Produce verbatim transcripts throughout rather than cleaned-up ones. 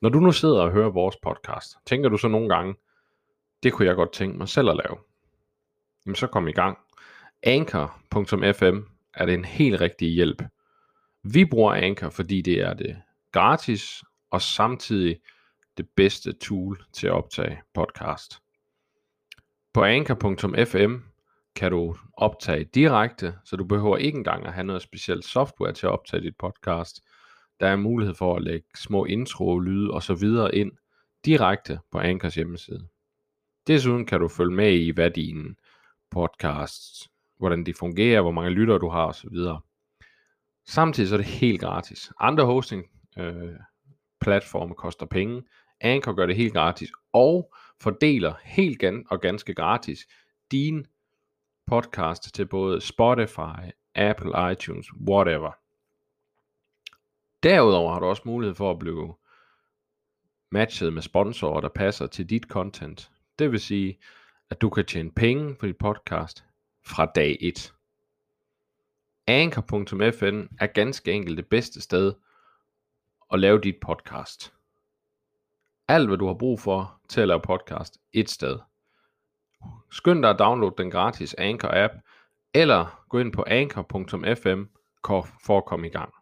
Når du nu sidder og hører vores podcast, tænker du så nogle gange, det kunne jeg godt tænke mig selv at lave. Jamen så kom i gang. Anchor punktum f m er det en helt rigtig hjælp. Vi bruger Anchor, fordi det er det gratis og samtidig det bedste tool til at optage podcast. På Anchor punktum f m kan du optage direkte, så du behøver ikke engang at have noget specielt software til at optage dit podcast. Der er mulighed for at lægge små intro, lyde og så videre ind direkte på Anchors hjemmeside. Desuden kan du følge med i, hvad dine podcasts, hvordan de fungerer, hvor mange lyttere du har og så videre. Samtidig så er det helt gratis. Andre hosting øh, platforme koster penge. Anchor gør det helt gratis og fordeler helt gan- og ganske gratis din podcast til både Spotify, Apple, iTunes, whatever. Derudover har du også mulighed for at blive matchet med sponsorer, der passer til dit content. Det vil sige, at du kan tjene penge på dit podcast fra dag et. Anchor punktum f m er ganske enkelt det bedste sted at lave dit podcast. Alt hvad du har brug for til at lave podcast et sted. Skynd dig at downloade den gratis Anchor app, eller gå ind på anchor punktum f m for at komme i gang.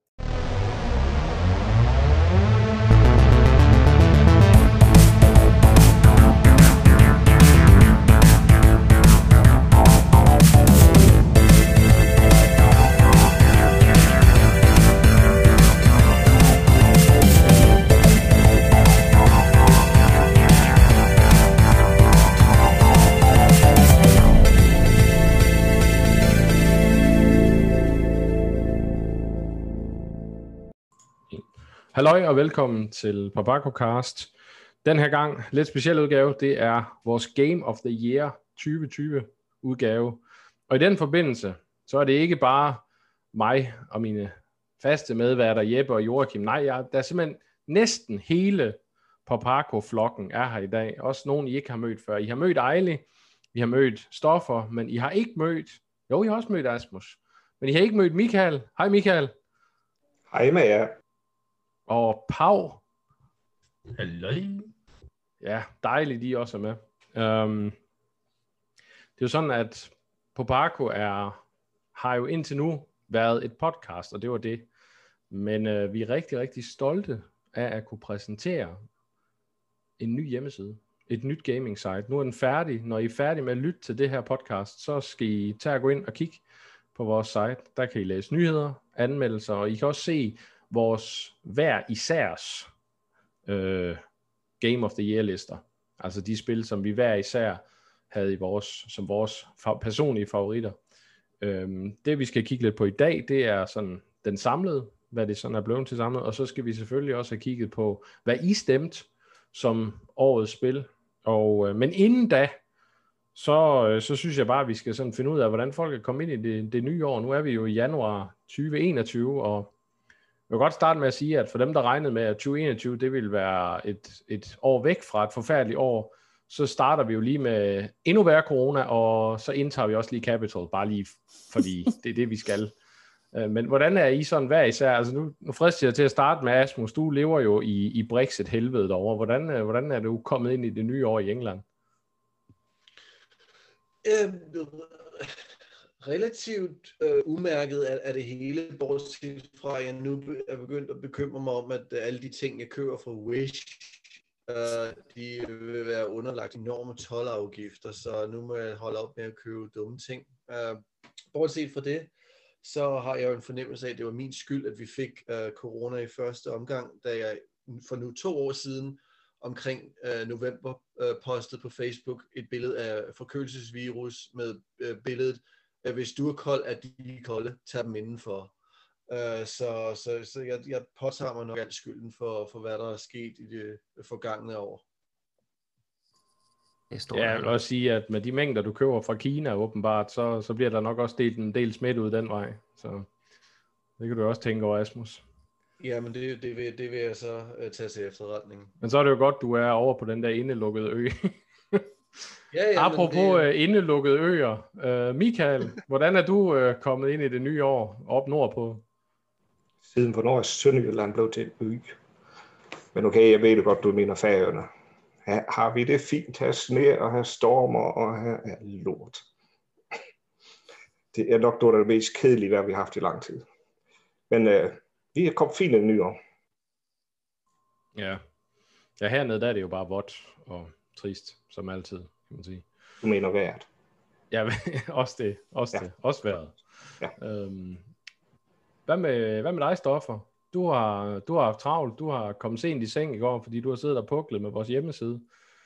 Halløj og velkommen til PapagoCast. Den her gang, lidt speciel udgave, det er vores Game of the Year tyve tyve udgave. Og i den forbindelse, så er det ikke bare mig og mine faste medværter, Jeppe og Joachim. Nej, jeg, der er simpelthen næsten hele Papago-flokken er her i dag. Også nogen, I ikke har mødt før. I har mødt Ejli, I har mødt Stoffer, men I har ikke mødt... Jo, I har også mødt Asmus. Men I har ikke mødt Michael. Hej Michael. Hej med jer. Og Pau. Halløj. Ja, dejligt, de også er med. Um, det er jo sådan, at Papago er, har jo indtil nu været et podcast, og det var det. Men uh, vi er rigtig, rigtig stolte af at kunne præsentere en ny hjemmeside. Et nyt gaming site. Nu er den færdig. Når I er færdige med at lytte til det her podcast, så skal I tage og gå ind og kigge på vores site. Der kan I læse nyheder, anmeldelser, og I kan også se vores hver isærs øh, Game of the Year lister. Altså de spil, som vi hver især havde i vores, som vores fa- personlige favoritter. Øhm, det vi skal kigge lidt på i dag, det er sådan den samlede, hvad det sådan er blevet til samlet, og så skal vi selvfølgelig også have kigget på, hvad I stemte som årets spil. Og, øh, men inden da, så, øh, så synes jeg bare, at vi skal sådan finde ud af, hvordan folk er kommet ind i det, det nye år. Nu er vi jo i januar tyve enogtyve, og jeg vil godt starte med at sige, at for dem, der regnede med, at tyve enogtyve det ville være et, et år væk fra et forfærdeligt år, så starter vi jo lige med endnu værre corona, og så indtager vi også lige Capital, bare lige fordi det er det, vi skal. Men hvordan er I sådan hver især? Altså nu, nu frister jeg til at starte med Asmus. Du lever jo i, i Brexit-helvede derovre. Hvordan, hvordan er du kommet ind i det nye år i England? Øhm, relativt øh, umærket er, er det hele, bortset fra at jeg nu er begyndt at bekymre mig om, at alle de ting, jeg køber fra Wish, øh, de vil være underlagt enorme toldafgifter, så nu må jeg holde op med at købe dumme ting. Øh, bortset fra det, så har jeg jo en fornemmelse af, at det var min skyld, at vi fik øh, corona i første omgang, da jeg for nu to år siden omkring øh, november øh, postede på Facebook et billede af forkølelsesvirus med øh, billedet, at hvis du er kold, er de kolde, tag dem indenfor. Øh, så så, så jeg, jeg påtager mig nok alt skylden for, for, hvad der er sket i det forgangne år. Ja, jeg vil også sige, at med de mængder, du køber fra Kina åbenbart, så, så bliver der nok også delt en del smidt ud den vej. Så det kan du også tænke over, Asmus. Ja, men det, det, vil, det vil jeg så uh, tage til efterretning. Men så er det jo godt, du er over på den der indelukkede ø. ja, ja, Apropos det... uh, indelukkede øer. Uh, Michael, hvordan er du uh, kommet ind i det nye år op nordpå? Siden hvornår er Sønderjylland blevet til en ø? Men okay, jeg ved det godt, du mener Færøerne. Her har vi det fint, her sne og her stormer og her er lort. Det er nok noget af det mest kedelige vejr, vi har haft i lang tid. Men øh, vi er kommet fint i det nye år. Ja. Ja, hernede der er det jo bare vådt og trist, som altid, kan man sige. Du mener vejret? Ja, også det. Også, ja. det. Også vejret. Ja. Øhm, hvad, med, hvad med dig, Stoffer? Du har, du har haft travlt. Du har kommet sent i seng i går, fordi du har siddet og puklet med vores hjemmeside.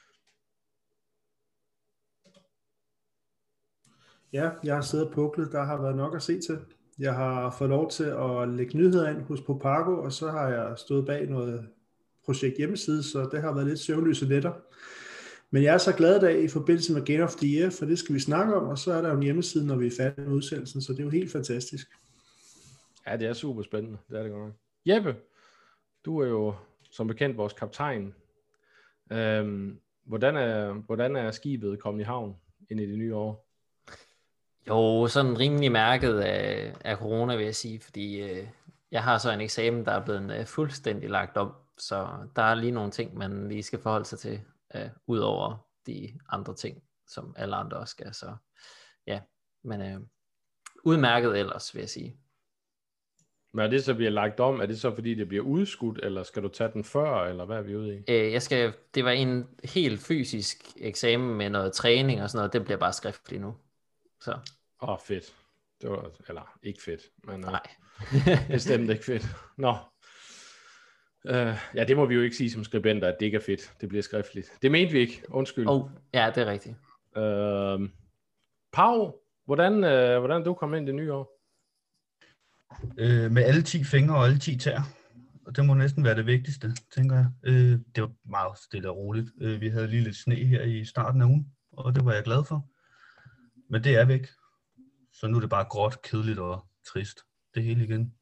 Ja, jeg har siddet og puklet. Der har været nok at se til. Jeg har fået lov til at lægge nyheder ind hos Popago, og så har jeg stået bag noget projekt hjemmeside, så det har været lidt søvnløse nætter. Men jeg er så glad i dag i forbindelse med Game of the Year, for det skal vi snakke om, og så er der jo en hjemmeside, når vi er færdige med udsendelsen, så det er jo helt fantastisk. Ja, det er super spændende. Det er det godt nok. Jeppe, du er jo som bekendt vores kaptajn. Øhm, hvordan, er, hvordan er skibet kommet i havn ind i det nye år? Jo, sådan rimelig mærket af, af corona, vil jeg sige, fordi øh, jeg har så en eksamen, der er blevet øh, fuldstændig lagt om, så der er lige nogle ting, man lige skal forholde sig til, øh, ud over de andre ting, som alle andre også skal, så ja, men øh, udmærket ellers, vil jeg sige. Men er det så bliver lagt om, er det så fordi det bliver udskudt, eller skal du tage den før, eller hvad er vi ude i? Øh, jeg skal, det var en helt fysisk eksamen med noget træning og sådan noget, det bliver bare skriftligt nu. Så. Åh, oh, fedt. Det var, eller ikke fedt, men nej. Det stemte ikke fedt. Nå. Uh, ja, det må vi jo ikke sige som skribenter, at det ikke er fedt. Det bliver skriftligt. Det mente vi ikke. Undskyld. Oh, ja, det er rigtigt. Uh, Pau, hvordan, uh, hvordan er du kommet ind i det nye år? Øh, med alle ti fingre og alle ti tæer. Og det må næsten være det vigtigste, tænker jeg. Øh, det var meget stille og roligt. Øh, vi havde lige lidt sne her i starten af ugen, og det var jeg glad for. Men det er væk. Så nu er det bare gråt, kedeligt og trist. Det hele igen.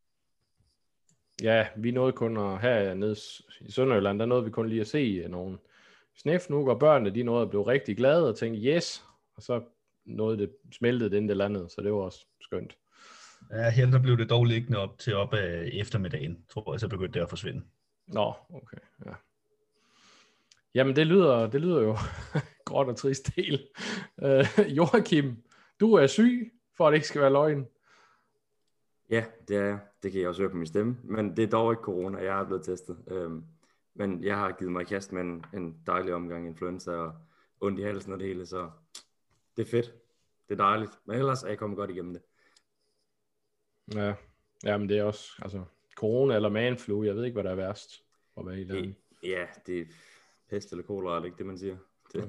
Ja, vi nåede kun at have nede i Sønderjylland, der nåede vi kun lige at se nogle snefnug, og børnene, de nåede at blive rigtig glade og tænkte yes, og så nåede det smeltede det inden det landede, så det var også skønt. Ja, her der blev det dog liggende op til op af eftermiddagen, tror jeg, så begyndte det at forsvinde. Nå, okay, ja. Jamen, det lyder, det lyder jo gråt og trist del. Øh, Joachim, du er syg, for at det ikke skal være løgn. Ja, det er jeg. Det kan jeg også høre på min stemme. Men det er dog ikke corona, jeg er blevet testet. Øhm, men jeg har givet mig i kast med en, en dejlig omgang influenza og ondt i halsen og det hele, så det er fedt. Det er dejligt. Men ellers er jeg kommet godt igennem det. Ja, jamen det er også, altså, corona eller manflu, jeg ved ikke, hvad der er værst at være i landet. Ja, det er pest eller kolera, er det ikke det, man siger? Det.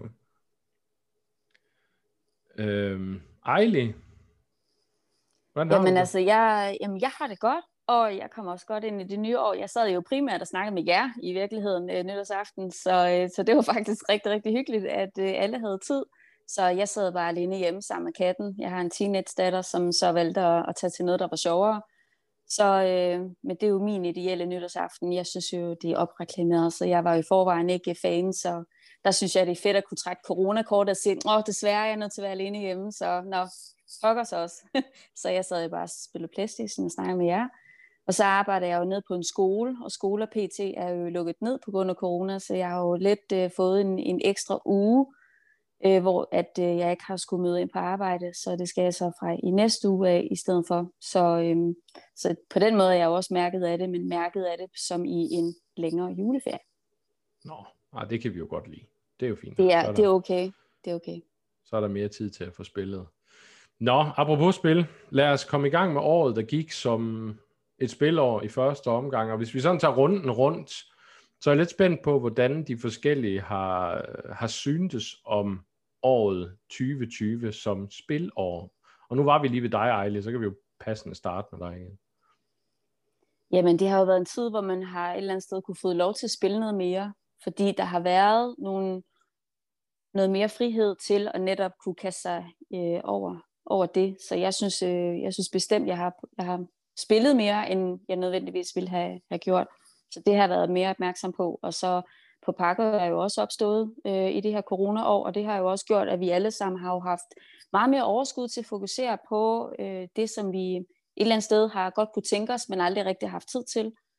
Ja. Øhm, Ejli, hvordan har jamen du det? altså, jeg, jamen, jeg har det godt, og jeg kommer også godt ind i det nye år. Jeg sad jo primært og snakkede med jer i virkeligheden øh, nytårsaften, så, øh, så det var faktisk rigtig, rigtig hyggeligt, at øh, alle havde tid. Så jeg sad bare alene hjemme sammen med katten. Jeg har en teenage-datter, som så valgte at, at tage til noget, der var sjovere. Så, øh, men det er jo min ideelle nytårsaften. Jeg synes jo, det er opreklameret, så jeg var i forvejen ikke fan, så der synes jeg, det er fedt at kunne trække coronakort og sige, åh, desværre, jeg er nødt til at være alene hjemme, så nå, fuck os også. Så jeg sad jo bare og spillede PlayStation og snakkede med jer. Og så arbejder jeg jo ned på en skole, og skoler P T er jo lukket ned på grund af corona, så jeg har jo lidt øh, fået en, en ekstra uge, øh, hvor at øh, jeg ikke har skulle møde ind på arbejde, så det skal jeg så fra i næste uge af i stedet for. Så, øh, så på den måde er jeg jo også mærket af det, men mærket af det som i en længere juleferie. Nå, ah, det kan vi jo godt lide. Det er jo fint. Det er, er der, det er okay. Det er okay. Så er der mere tid til at få spillet. Nå, apropos spil, lad os komme i gang med året, der gik som et spilår i første omgang. Og hvis vi sådan tager runden rundt, så er jeg lidt spændt på, hvordan de forskellige har, har syntes om året tyve tyve som spilår. Og nu var vi lige ved dig, Ejli, så kan vi jo passende starte med dig igen. Jamen, det har jo været en tid, hvor man har et eller andet sted kunne få lov til at spille noget mere, fordi der har været nogle, noget mere frihed til at netop kunne kaste sig øh, over, over det. Så jeg synes, øh, jeg synes bestemt, jeg har, jeg har spillet mere, end jeg nødvendigvis ville have, have gjort. Så det har jeg været mere opmærksom på. Og så på Paco er jo også opstået øh, i det her corona-år, og det har jo også gjort, at vi alle sammen har jo haft meget mere overskud til at fokusere på øh, det, som vi et eller andet sted har godt kunne tænke os, men aldrig rigtig haft tid til.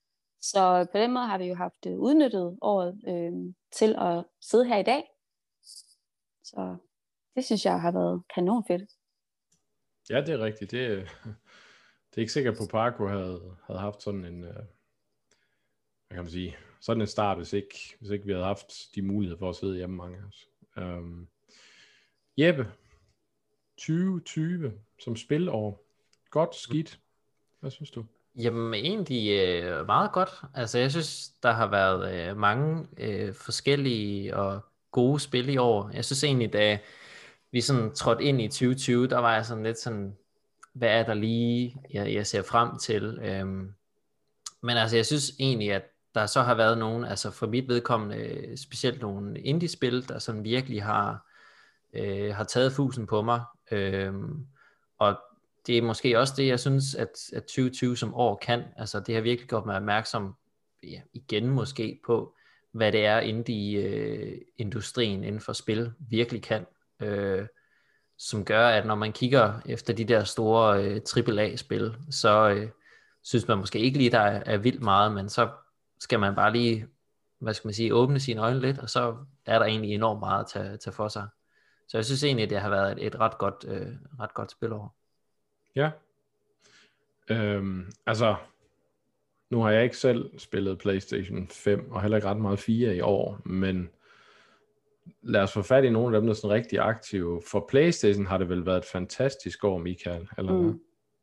Så på den måde har vi jo haft øh, udnyttet året øh, til at sidde her i dag. Så det synes jeg har været kanon fedt. Ja, det er rigtigt. Det, det er ikke sikkert, at Popako havde, havde haft sådan en, øh, hvad kan man sige, sådan en start, hvis ikke, hvis ikke vi havde haft de muligheder for at sidde hjemme, mange af os. Um, Jeppe, tyve tyve som spilår. Godt, skidt. Hvad synes du? Jamen egentlig øh, meget godt. Altså jeg synes, der har været øh, mange øh, forskellige og gode spil i år. Jeg synes egentlig, da vi sådan trådte ind i tyve tyve, der var jeg sådan lidt sådan, hvad er der lige, jeg, jeg ser frem til. Øhm, men altså jeg synes egentlig, at der så har været nogen, altså for mit vedkommende, specielt nogle indie-spil, der sådan virkelig har, øh, har taget fusen på mig. Øhm, og det er måske også det, jeg synes, at, at tyve tyve som år kan. Altså det har virkelig gjort mig opmærksom, ja, igen måske på, hvad det er indie-industrien øh, inden for spil virkelig kan. Øh, som gør, at når man kigger efter de der store øh, triple A-spil, så øh, synes man måske ikke lige, der er, er vildt meget, men så skal man bare lige, hvad skal man sige, åbne sine øjne lidt, og så er der egentlig enormt meget at tage, tage for sig. Så jeg synes egentlig, at det har været et, et ret godt, øh, ret godt spilår. Ja. Øhm, altså, nu har jeg ikke selv spillet PlayStation fem, og heller ikke ret meget fire i år, men lad os få fat i nogle af dem, der er sådan rigtig aktive. For PlayStation har det vel været et fantastisk år, Michael, eller hvad? Mm.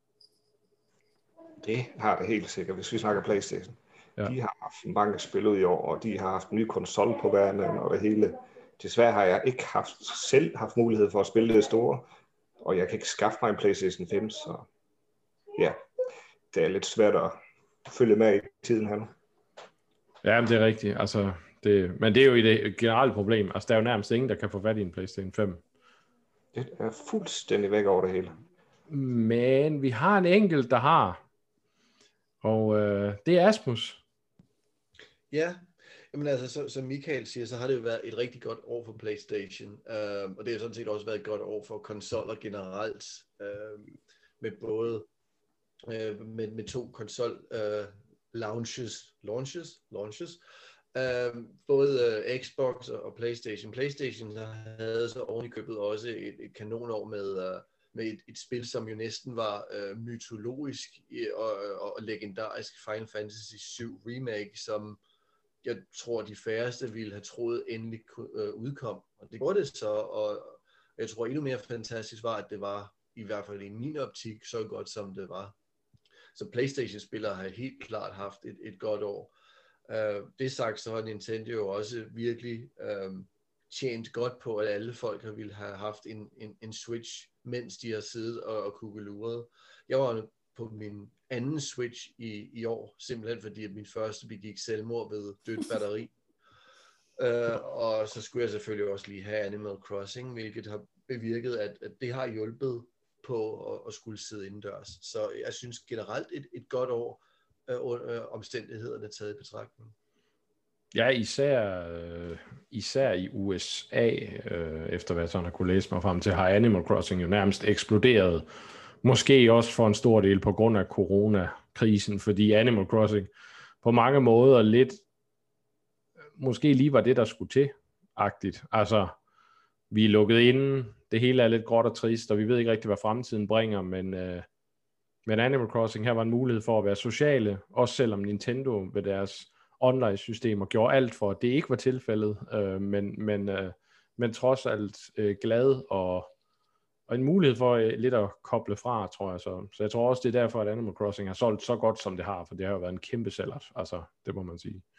Det har det helt sikkert, hvis vi snakker PlayStation. Ja. De har haft mange spil ud i år, og de har haft en ny konsol på verden og det hele. Desværre har jeg ikke haft, selv haft mulighed for at spille det store, og jeg kan ikke skaffe mig en PlayStation fem, så ja, det er lidt svært at følge med i tiden her nu. Ja, men det er rigtigt. Altså, det, men det er jo et generelt problem. Altså, der er jo nærmest ingen, der kan få fat i en PlayStation fem. Det er fuldstændig væk over det hele. Men vi har en enkelt, der har. Og øh, det er Asmus. Ja, jamen altså, så, som Michael siger, så har det jo været et rigtig godt år for PlayStation. Uh, og det har sådan set også været et godt år for konsoller generelt. Uh, med både uh, med, med to konsol uh, launches, launches, launches. Uh, både uh, Xbox og, og PlayStation. PlayStation havde så oven i købet også et, et kanonår med, uh, med et, et spil, som jo næsten var uh, mytologisk og, og, og legendarisk, Final Fantasy syv Remake, som jeg tror, de færreste ville have troet endelig uh, udkom. Og det gjorde det så, og jeg tror endnu mere fantastisk var, at det var, i hvert fald i min optik, så godt som det var. Så PlayStation-spillere har helt klart haft et, et godt år. Uh, det sagt, så har Nintendo jo også virkelig um, tjent godt på, at alle folk har ville have haft en, en, en Switch, mens de har siddet og, og kukkeluret. Jeg var på min anden Switch i, i år, simpelthen fordi at min første begik selvmord ved dødt batteri. uh, og så skulle jeg selvfølgelig også lige have Animal Crossing, hvilket har bevirket, at, at det har hjulpet på at, at skulle sidde indendørs. Så jeg synes generelt et, et godt år, uh, omstændighederne taget i betragtning. Ja, især, øh, især i U S A, øh, efter hvad jeg sådan har kunne læse mig frem til, har Animal Crossing jo nærmest eksploderet. Måske også for en stor del på grund af coronakrisen, fordi Animal Crossing på mange måder lidt, måske lige var det, der skulle til, agtigt. Altså, vi er lukket inde, det hele er lidt gråt og trist, og vi ved ikke rigtig, hvad fremtiden bringer, men, øh, men Animal Crossing her var en mulighed for at være sociale, også selvom Nintendo ved deres online-systemer gjorde alt for, at det ikke var tilfældet, øh, men, men, øh, men trods alt øh, glad og, og en mulighed for øh, lidt at koble fra, tror jeg. Så, så jeg tror også, det er derfor, at Animal Crossing har solgt så godt, som det har, for det har jo været en kæmpe sælger, altså det må man sige.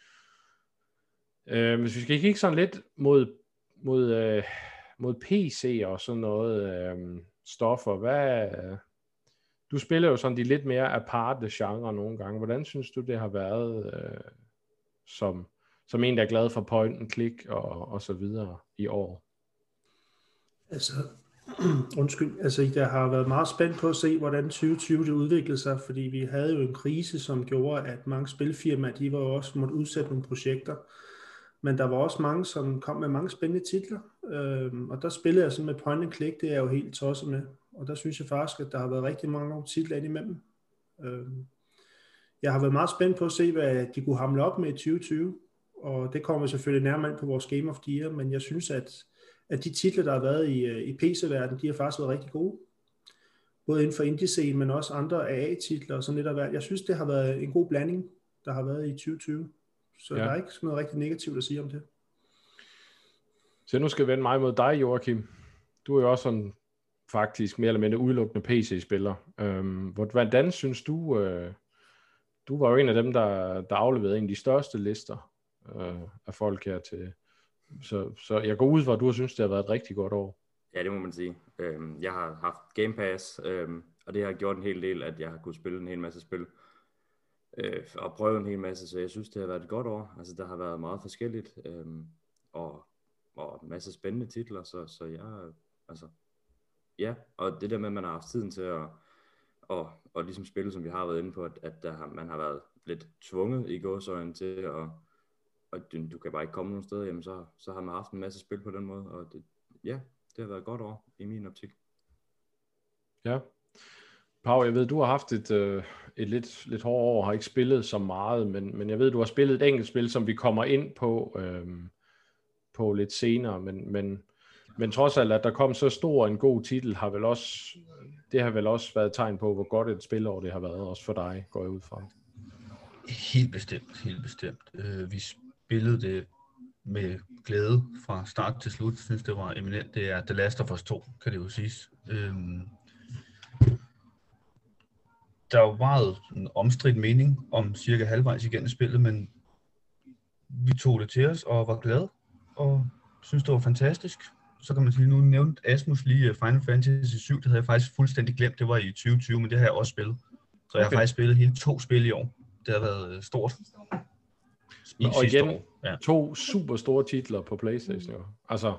Øh, hvis vi skal kigge sådan lidt mod, mod, øh, mod P C og sådan noget øh, stoffer, hvad... Øh, du spiller jo sådan de lidt mere aparte genre nogle gange. Hvordan synes du, det har været... Øh, Som, som en, der er glad for point and click og, og så videre i år? Altså, undskyld, altså jeg har været meget spændt på at se, hvordan tyve tyve det udviklede sig, fordi vi havde jo en krise, som gjorde, at mange spilfirmaer, de var også måtte udsætte nogle projekter, men der var også mange, som kom med mange spændende titler, øhm, og der spillede jeg sådan med point and click, det er jeg jo helt tosset med, og der synes jeg faktisk, at der har været rigtig mange titler indimellem. Øhm, Jeg har været meget spændt på at se, hvad de kunne hamle op med i tyve tyve, og det kommer selvfølgelig nærmere ind på vores Game of the Year, men jeg synes, at, at de titler, der har været i, i P C-verdenen, de har faktisk været rigtig gode. Både inden for indie-scenen, men også andre A A-titler og sådan lidt af hvert. Jeg synes, det har været en god blanding, der har været i tyve tyve. Så ja. Der er ikke noget rigtig negativt at sige om det. Så nu skal jeg vende mig mod dig, Joachim. Du er jo også sådan faktisk mere eller mindre udelukkende P C-spiller. Øhm, hvordan synes du, øh, du var jo en af dem, der, der afleverede en af de største lister øh, af folk her til. Så, så jeg går ud fra, at du synes, det har været et rigtig godt år. Ja, det må man sige. Øhm, jeg har haft Game Pass, øhm, og det har gjort en hel del, at jeg har kunnet spille en hel masse spil. Øh, og prøve en hel masse, så jeg synes, det har været et godt år. Altså, der har været meget forskelligt, øhm, og, og en masse spændende titler, så, så jeg, altså, ja, og det der med, at man har haft tiden til at, og, og ligesom spille, som vi har været inde på, at, at der har, man har været lidt tvunget i gåseøjne til, at, og du, du kan bare ikke komme nogen steder, jamen så, så har man haft en masse spil på den måde, og det, ja, det har været et godt år i min optik. Ja. Pau, jeg ved, du har haft et, øh, et lidt, lidt hårdt år, har ikke spillet så meget, men, men jeg ved, du har spillet et enkelt spil, som vi kommer ind på, øh, på lidt senere, men, men, men trods alt, at der kom så stor en god titel, har vel også, det har vel også været et tegn på, hvor godt et spilår det har været, også for dig, går jeg ud fra. Helt bestemt, helt bestemt. Øh, vi spillede det med glæde fra start til slut. Jeg synes, det var eminent. Det er The Last of Us to, kan det jo siges. Øhm, der er jo meget en omstridt mening om cirka halvvejs igennem spillet, men vi tog det til os og var glade, og synes, det var fantastisk. Så kan man sige, nu nævnte Asmus lige Final Fantasy syv, det havde jeg faktisk fuldstændig glemt, det var i tyve tyve, men det har jeg også spillet. Så jeg okay. har faktisk spillet hele to spil i år. Det har været stort. I og igen, ja. To super store titler på PlayStation. Jo. Altså,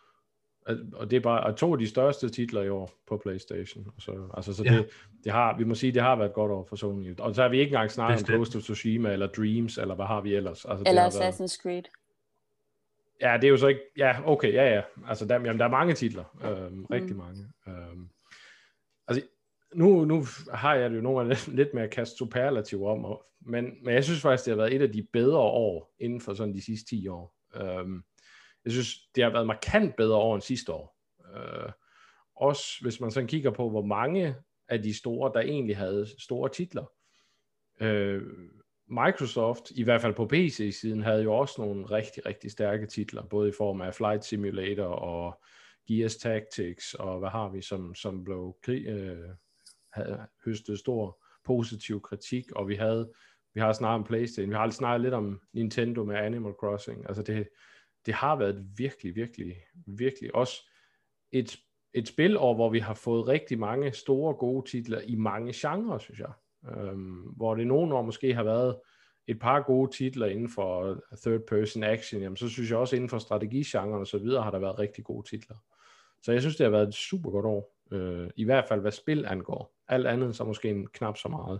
og det er bare to af de største titler i år på PlayStation. Så, altså, så ja. det, det har, vi må sige, det har været et godt år for Sony. Og så har vi ikke engang snakket om Ghost of Tsushima eller Dreams, eller hvad har vi ellers? Altså, eller det Assassin's været... Creed. Ja, det er jo så ikke... Ja, okay, ja, ja. Altså, der, jamen, der er mange titler. Øhm, rigtig mm. mange. Øhm, altså, nu, nu har jeg det jo nogle gange lidt med at kaste superlativ om, og, men, men jeg synes faktisk, det har været et af de bedre år inden for sådan de sidste ti år. Øhm, jeg synes, det har været markant bedre år end sidste år. Øh, også hvis man sådan kigger på, hvor mange af de store, der egentlig havde store titler. Øh, Microsoft, i hvert fald på P C-siden, havde jo også nogle rigtig, rigtig stærke titler, både i form af Flight Simulator og Gears Tactics, og hvad har vi, som, som blev øh, havde høstet stor positiv kritik, og vi havde vi har snakket om PlayStation, vi har snakket lidt om Nintendo med Animal Crossing, altså det, det har været virkelig, virkelig, virkelig også et, et spilår, hvor vi har fået rigtig mange store, gode titler i mange genrer, synes jeg. Øhm, hvor det nogle år måske har været et par gode titler inden for third person action, jamen så synes jeg også inden for strategigenren og så videre har der været rigtig gode titler. Så jeg synes det har været et super godt år, øh, i hvert fald hvad spil angår. Alt andet så måske en knap så meget.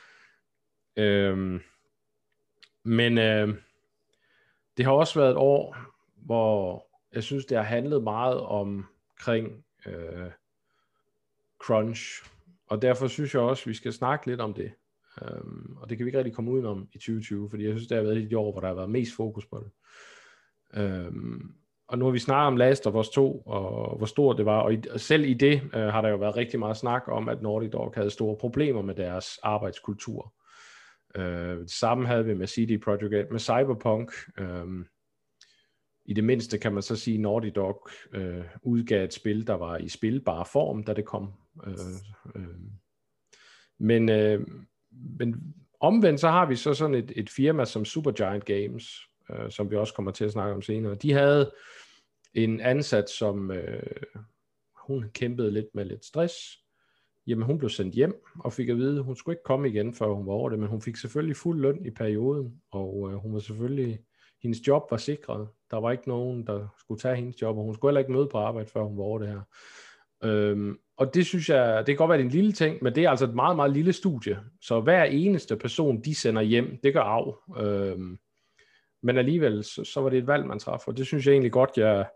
Øhm, men øh, det har også været et år, hvor jeg synes det har handlet meget omkring øh, crunch. Og derfor synes jeg også, at vi skal snakke lidt om det. Um, og det kan vi ikke rigtig komme udenom i tyve tyve, fordi jeg synes, det har været et år, hvor der har været mest fokus på det. Um, og nu har vi snakket om Last of Us to, og hvor stort det var. Og, i, og selv i det uh, har der jo været rigtig meget snak om, at Naughty Dog havde store problemer med deres arbejdskultur. Uh, det samme havde vi med C D Projekt Red, med Cyberpunk. Um, I det mindste kan man så sige, at Naughty Dog uh, udgav et spil, der var i spilbar form, da det kom. Uh, uh, men... Uh, Men omvendt så har vi så sådan et, et firma som Supergiant Games, øh, som vi også kommer til at snakke om senere. De havde en ansat, som øh, hun kæmpede lidt med lidt stress. Jamen hun blev sendt hjem og fik at vide, at hun skulle ikke komme igen, før hun var over det, men hun fik selvfølgelig fuld løn i perioden, og øh, hun var selvfølgelig, hendes job var sikret. Der var ikke nogen, der skulle tage hendes job, og hun skulle heller ikke møde på arbejde, før hun var over det her. Øhm, og det synes jeg, det kan godt være en lille ting, men det er altså et meget, meget lille studie. Så hver eneste person, de sender hjem, det gør af. Øhm, men alligevel, så, så var det et valg, man træffer. Og det synes jeg egentlig godt, jeg,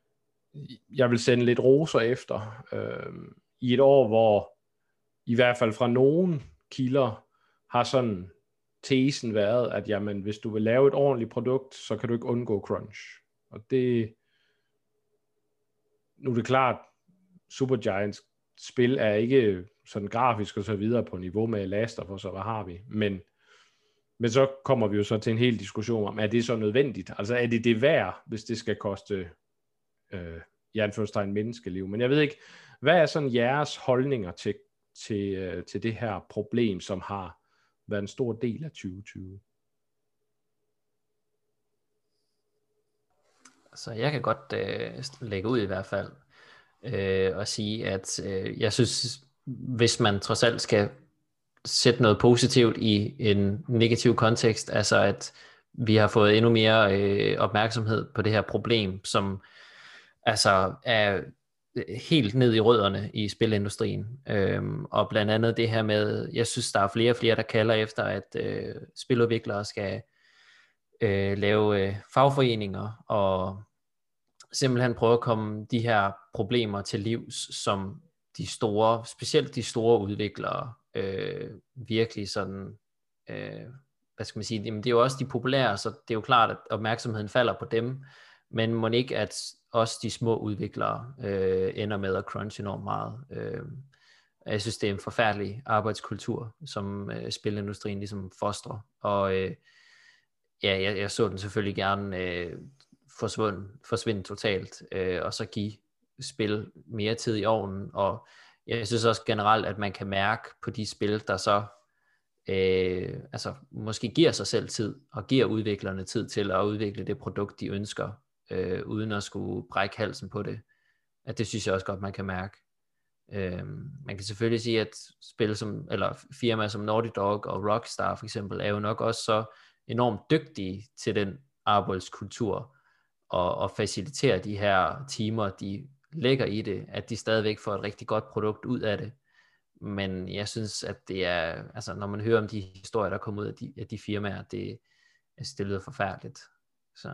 jeg vil sende lidt roser efter. Øhm, I et år, hvor i hvert fald fra nogle kilder har sådan tesen været, at jamen, hvis du vil lave et ordentligt produkt, så kan du ikke undgå crunch. Og det, nu er det klart, Supergiants spil er ikke sådan grafisk og så videre på niveau med Last of Us, og hvad har vi, men Men så kommer vi jo så til en hel diskussion om, er det så nødvendigt? Altså er det det værd, hvis det skal koste øh, i anførselstegn menneskeliv? Men jeg ved ikke, hvad er sådan jeres holdninger til, til, øh, til det her problem, som har været en stor del af tyve tyve? Så jeg kan godt øh, lægge ud i hvert fald øh, og sige, at øh, jeg synes, hvis man trods alt skal sætte noget positivt i en negativ kontekst, altså at vi har fået endnu mere øh, opmærksomhed på det her problem, som altså er helt ned i rødderne i spilindustrien. Øhm, og blandt andet det her med, jeg synes der er flere og flere, der kalder efter, at øh, spiludviklere skal øh, lave øh, fagforeninger og simpelthen prøve at komme de her problemer til livs, som de store, specielt de store udviklere øh, virkelig sådan, øh, hvad skal man sige, jamen det er jo også de populære, så det er jo klart, at opmærksomheden falder på dem, men må ikke, at også de små udviklere øh, ender med at crunch enormt meget. Øh, jeg synes, det er en forfærdelig arbejdskultur, som øh, spilindustrien ligesom fostrer, og øh, ja, jeg, jeg så den selvfølgelig gerne øh, forsvinde, forsvinde totalt, øh, og så give spil mere tid i ovnen, og jeg synes også generelt, at man kan mærke på de spil, der så øh, altså måske giver sig selv tid, og giver udviklerne tid til at udvikle det produkt, de ønsker, øh, uden at skulle brække halsen på det. At det synes jeg også godt, man kan mærke. Øh, man kan selvfølgelig sige, at spil som, eller firmaer som Naughty Dog og Rockstar for eksempel, er jo nok også så enormt dygtige til den arbejdskultur, og, og facilitere de her timer, de lægger i det, at de stadigvæk får et rigtig godt produkt ud af det. Men jeg synes, at det er, altså når man hører om de historier, der kommer ud af de, af de firmaer, det, altså, det lyder forfærdeligt. Så.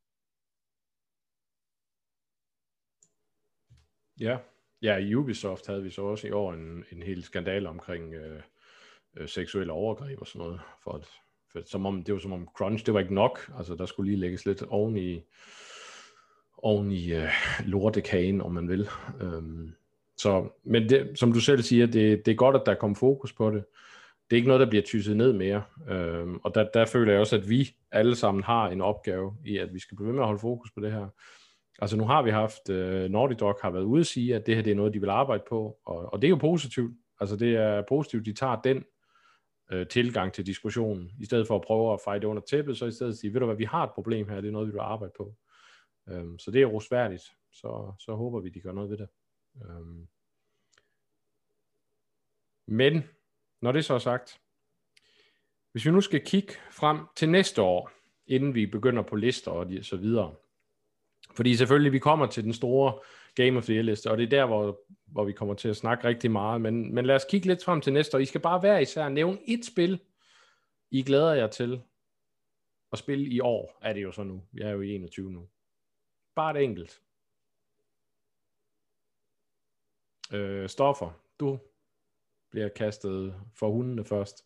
Ja. Ja, i Ubisoft havde vi så også i år en, en hel skandale omkring øh, øh, seksuelle overgreb og sådan noget. For at, for, som om, det var som om crunch, det var ikke nok. Altså der skulle lige lægges lidt oven i, oven i øh, lortekagen, om man vil. Øhm, så, men det, som du selv siger, det, det er godt, at der kom fokus på det. Det er ikke noget, der bliver tysset ned mere. Øhm, og der, der føler jeg også, at vi alle sammen har en opgave i, at vi skal blive ved med at holde fokus på det her. Altså nu har vi haft, uh, Naughty Dog har været ude at sige, at det her det er noget, de vil arbejde på, og, og det er jo positivt. Altså det er positivt, de tager den uh, tilgang til diskussionen, i stedet for at prøve at feje det under tæppet, så i stedet sige, ved du hvad, vi har et problem her, det er noget, vi vil arbejde på. Um, så det er rosværdigt, så, så håber vi, de gør noget ved det. Um, men, når det så er sagt, hvis vi nu skal kigge frem til næste år, inden vi begynder på lister og så videre, fordi selvfølgelig, vi kommer til den store Game of the Year-liste, og det er der, hvor, hvor vi kommer til at snakke rigtig meget. Men, men lad os kigge lidt frem til næste år. I skal bare være især nævne et spil, I glæder jer til at spille i år, er det jo så nu. Vi er jo i enogtyve nu. Bare et enkelt. Øh, Stoffer, du bliver kastet for hundene først.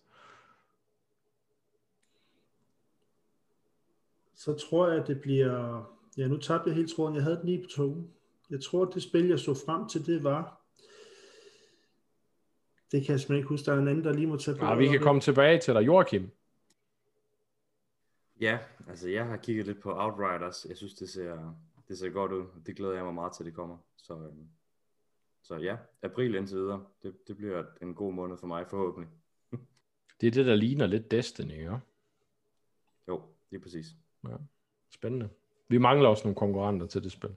Så tror jeg, det bliver... Ja, nu tabte jeg helt tråden. Jeg havde den lige på tungen. Jeg tror, det spil, jeg så frem til, det var... Det kan jeg simpelthen ikke huske. Der er en anden, der lige må tage på. Ja, vi kan komme tilbage til dig. Joachim. Ja, altså jeg har kigget lidt på Outriders. Jeg synes, det ser, det ser godt ud. Det glæder jeg mig meget til, det kommer. Så, øhm, så ja, april indtil videre. Det, det bliver en god måned for mig, forhåbentlig. Det er det, der ligner lidt Destiny, ja? Jo, det er præcis. Ja, spændende. Vi mangler også nogle konkurrenter til det spil.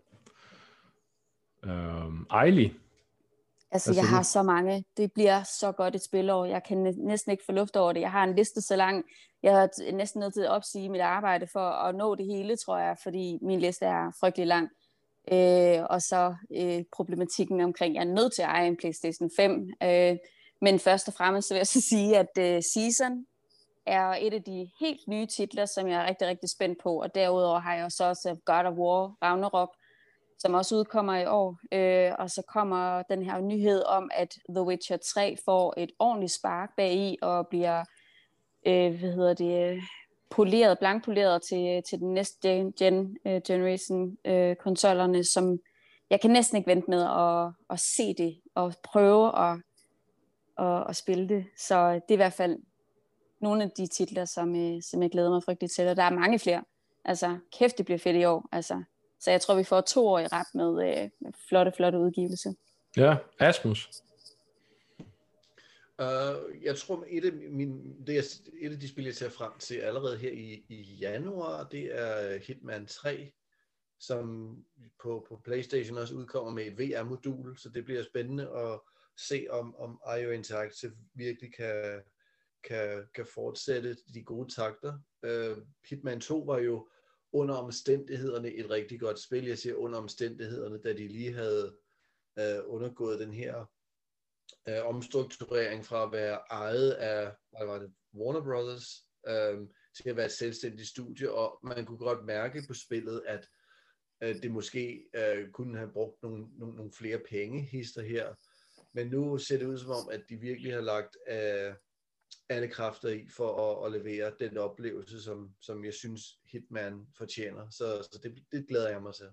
Øhm, Ejli? Altså, jeg har så mange. Det bliver så godt et spilår. Jeg kan næsten ikke få luft over det. Jeg har en liste så lang. Jeg er næsten nødt til at opsige mit arbejde for at nå det hele, tror jeg, fordi min liste er frygtelig lang. Øh, og så øh, problematikken omkring, jeg er nødt til at eje en PlayStation fem. Øh, men først og fremmest så vil jeg så sige, at øh, Season er et af de helt nye titler, som jeg er rigtig, rigtig spændt på. Og derudover har jeg så også God of War Ragnarok, som også udkommer i år. Øh, og så kommer den her nyhed om, at The Witcher tre får et ordentligt spark bagi og bliver øh, hvad hedder det, poleret, blankpoleret til, til den næste gen, gen uh, generation uh, konsollerne, som jeg kan næsten ikke vente med at, at se det og prøve at, at, at spille det. Så det er i hvert fald nogle af de titler, som, uh, som jeg glæder mig frygteligt til, og der er mange flere. Altså, kæft, det bliver fedt i år. Altså, så jeg tror, vi får to år i rap med, uh, med flotte, flotte udgivelse. Ja, Asmus. Uh, jeg tror, et af, min, det er et af de spil, jeg ser frem til allerede her i, i januar, det er Hitman tre, som på, på PlayStation også udkommer med et V R-modul, så det bliver spændende at se, om, om I O Interactive virkelig kan, kan, kan fortsætte de gode takter. Uh, Hitman to var jo under omstændighederne et rigtig godt spil. Jeg siger under omstændighederne, da de lige havde uh, undergået den her Uh, omstrukturering fra at være ejet af hvad var det, Warner Brothers um, til at være et selvstændigt studie, og man kunne godt mærke på spillet, at uh, det måske uh, kunne have brugt nogle, nogle, nogle flere penge hister her, men nu ser det ud som om, at de virkelig har lagt uh, alle kræfter i for at, at levere den oplevelse, som, som jeg synes Hitman fortjener, så, så det, det glæder jeg mig til.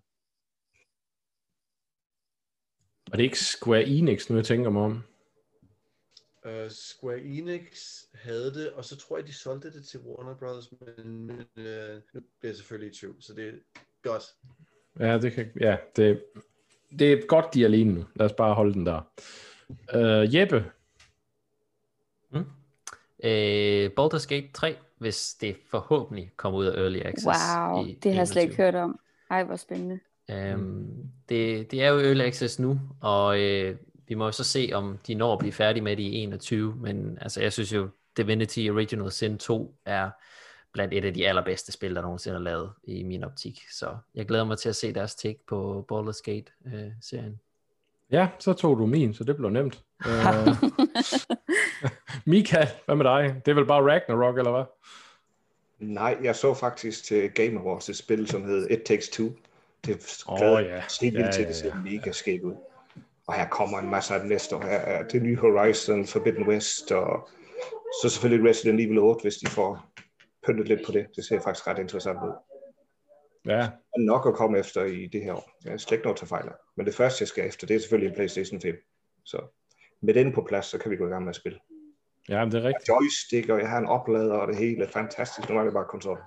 Og det er ikke Square Enix, nu jeg tænker mig om? Uh, Square Enix havde det, og så tror jeg, de solgte det til Warner Brothers, men uh, nu bliver jeg selvfølgelig i tvivl, så det er godt. Ja, det kan, ja, det, det er godt, de er alene nu. Lad os bare holde den der. Uh, Jeppe? Mm. Uh, Baldur's Gate tre, hvis det forhåbentlig kommer ud af Early Access. Wow, det har jeg slet ikke hørt om. Ej, hvor spændende. Um, det, det er jo Early Access nu, og øh, vi må jo så se, om de når at blive færdige med det i enogtyve, men altså, jeg synes jo, Divinity Original Sin to er blandt et af de allerbedste spil, der nogensinde er lavet i min optik, så jeg glæder mig til at se deres take på Baldur's Gate-serien. Ja, så tog du min, så det blev nemt. uh, Michael, hvad med dig? Det er vel bare Ragnarok, eller hvad? Nej, jeg så faktisk til Game Awards et spil, som hed It Takes Two. Det Åh, glæder oh, jeg ja. helt vildt Ja, til, ja, det ser ja. mega skægt ud. Og her kommer en masse af det næste år. Her er det nye Horizon, Forbidden West, og så selvfølgelig Resident Evil otte, hvis de får pyntet lidt på det. Det ser faktisk ret interessant ud. Ja. Der er nok at komme efter i det her år. Jeg er slet ikke noget til fejl. Men det første, jeg skal efter, det er selvfølgelig en PlayStation fem. Så med den på plads, så kan vi gå i gang med at spille. Ja, men det er rigtigt. Og joystick, og jeg har en oplader, og det hele er fantastisk. Nu er det bare konsol.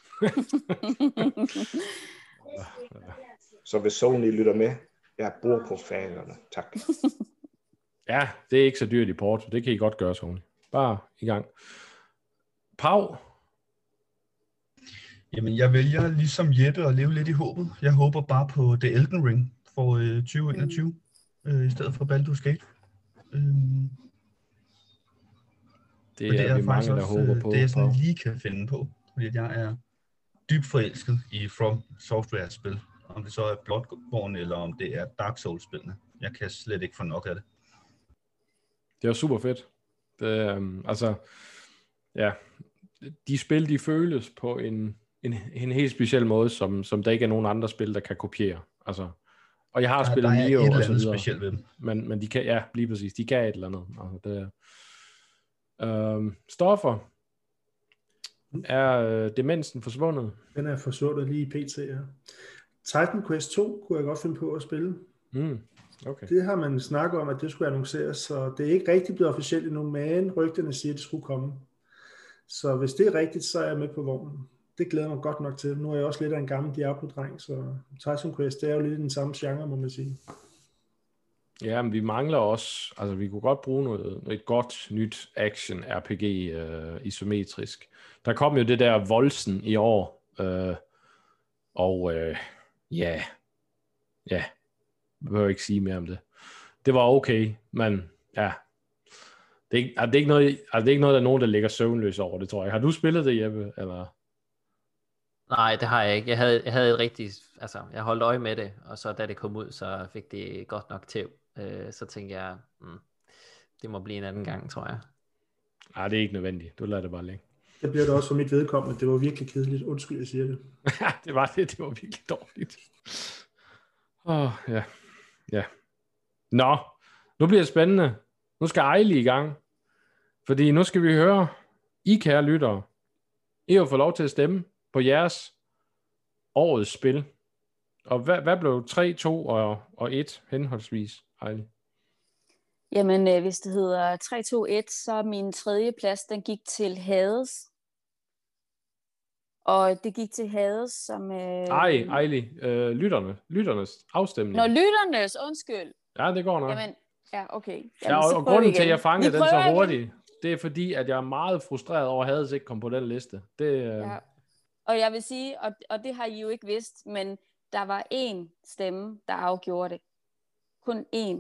Så hvis Sony lytter med, jeg bor på fagerne. Tak. Ja, det er ikke så dyrt i Porto. Det kan I godt gøre, Sony. Bare i gang. Pau? Jamen, jeg vælger ligesom Jeppe at leve lidt i håbet. Jeg håber bare på The Elden Ring for øh, tyve enogtyve, øh, i stedet for Baldur's Gate. Øhm, Det, det er, er vi mange, der også, håber på. det jeg sådan Pau. lige kan finde på, fordi jeg er dybt forelsket i From Software-spil. Om det så er Bloodborne, eller om det er Dark Souls-spillene. Jeg kan slet ikke få nok af det. Det er jo super fedt. Det, um, altså, ja, de spil, de føles på en, en, en helt speciel måde, som, som der ikke er nogen andre spil, der kan kopiere. Altså, og jeg har Der, spillet der er Nioh et og eller så andet videre. specielt ved dem. Men, men de kan, ja, lige præcis, de kan et eller andet. Altså, det, um, Stoffer, er uh, demensen forsvundet? Den er forsvundet lige i P T, ja. Titan Quest to kunne jeg godt finde på at spille. Mm, okay. Det har man snakket om, at det skulle annonceres, så det er ikke rigtig blevet officielt endnu, men rygterne siger, at det skulle komme. Så hvis det er rigtigt, så er jeg med på vognen. Det glæder mig godt nok til. Nu er jeg også lidt af en gammel Diablo-dreng, så Titan Quest, det er jo lidt den samme genre, må man sige. Ja, men vi mangler også, altså vi kunne godt bruge noget, et godt nyt action R P G øh, isometrisk. Der kom jo det der Volsen i år, øh, og øh, ja, ja, jeg behøver ikke sige mere om det. Det var okay, men ja, det er ikke, altså, det er ikke noget, altså, det er ikke noget, der er nogen, der ligger søvnløs over det, tror jeg. Har du spillet det, Jeppe, eller? Nej, det har jeg ikke. Jeg havde, jeg havde et rigtigt, altså jeg holdt øje med det, og så da det kom ud, så fik det godt nok tæv. Øh, så tænkte jeg, mm, det må blive en anden gang, tror jeg. Nej, det er ikke nødvendigt. Du lader det bare ligge. Det bliver det også for mit vedkommende. Det var virkelig kedeligt. Undskyld, jeg siger det. det var det. Det var virkelig dårligt. Åh, oh, ja. Ja. Nå, nu bliver det spændende. Nu skal Ejli i gang. Fordi nu skal vi høre I kære lyttere, I har fået lov til at stemme på jeres årets spil. Og hvad, hvad blev tre, to og, og et henholdsvis, Ejli? Jamen, øh, hvis det hedder tre to et, så er min tredje plads, den gik til Hades. Og det gik til Hades som... Øh... Ej, Ejli, øh, lytterne, lytternes afstemning. Nå, lytternes, undskyld. Ja, det går nok. Jamen, ja, okay. Jamen, ja, og, og grunden til, at jeg fangede den så hurtigt, igen. Det er fordi, at jeg er meget frustreret over, at Hades ikke kom på den liste. Det, øh... ja. Og jeg vil sige, og, og det har I jo ikke vidst, men der var én stemme, der afgjorde det. Kun én.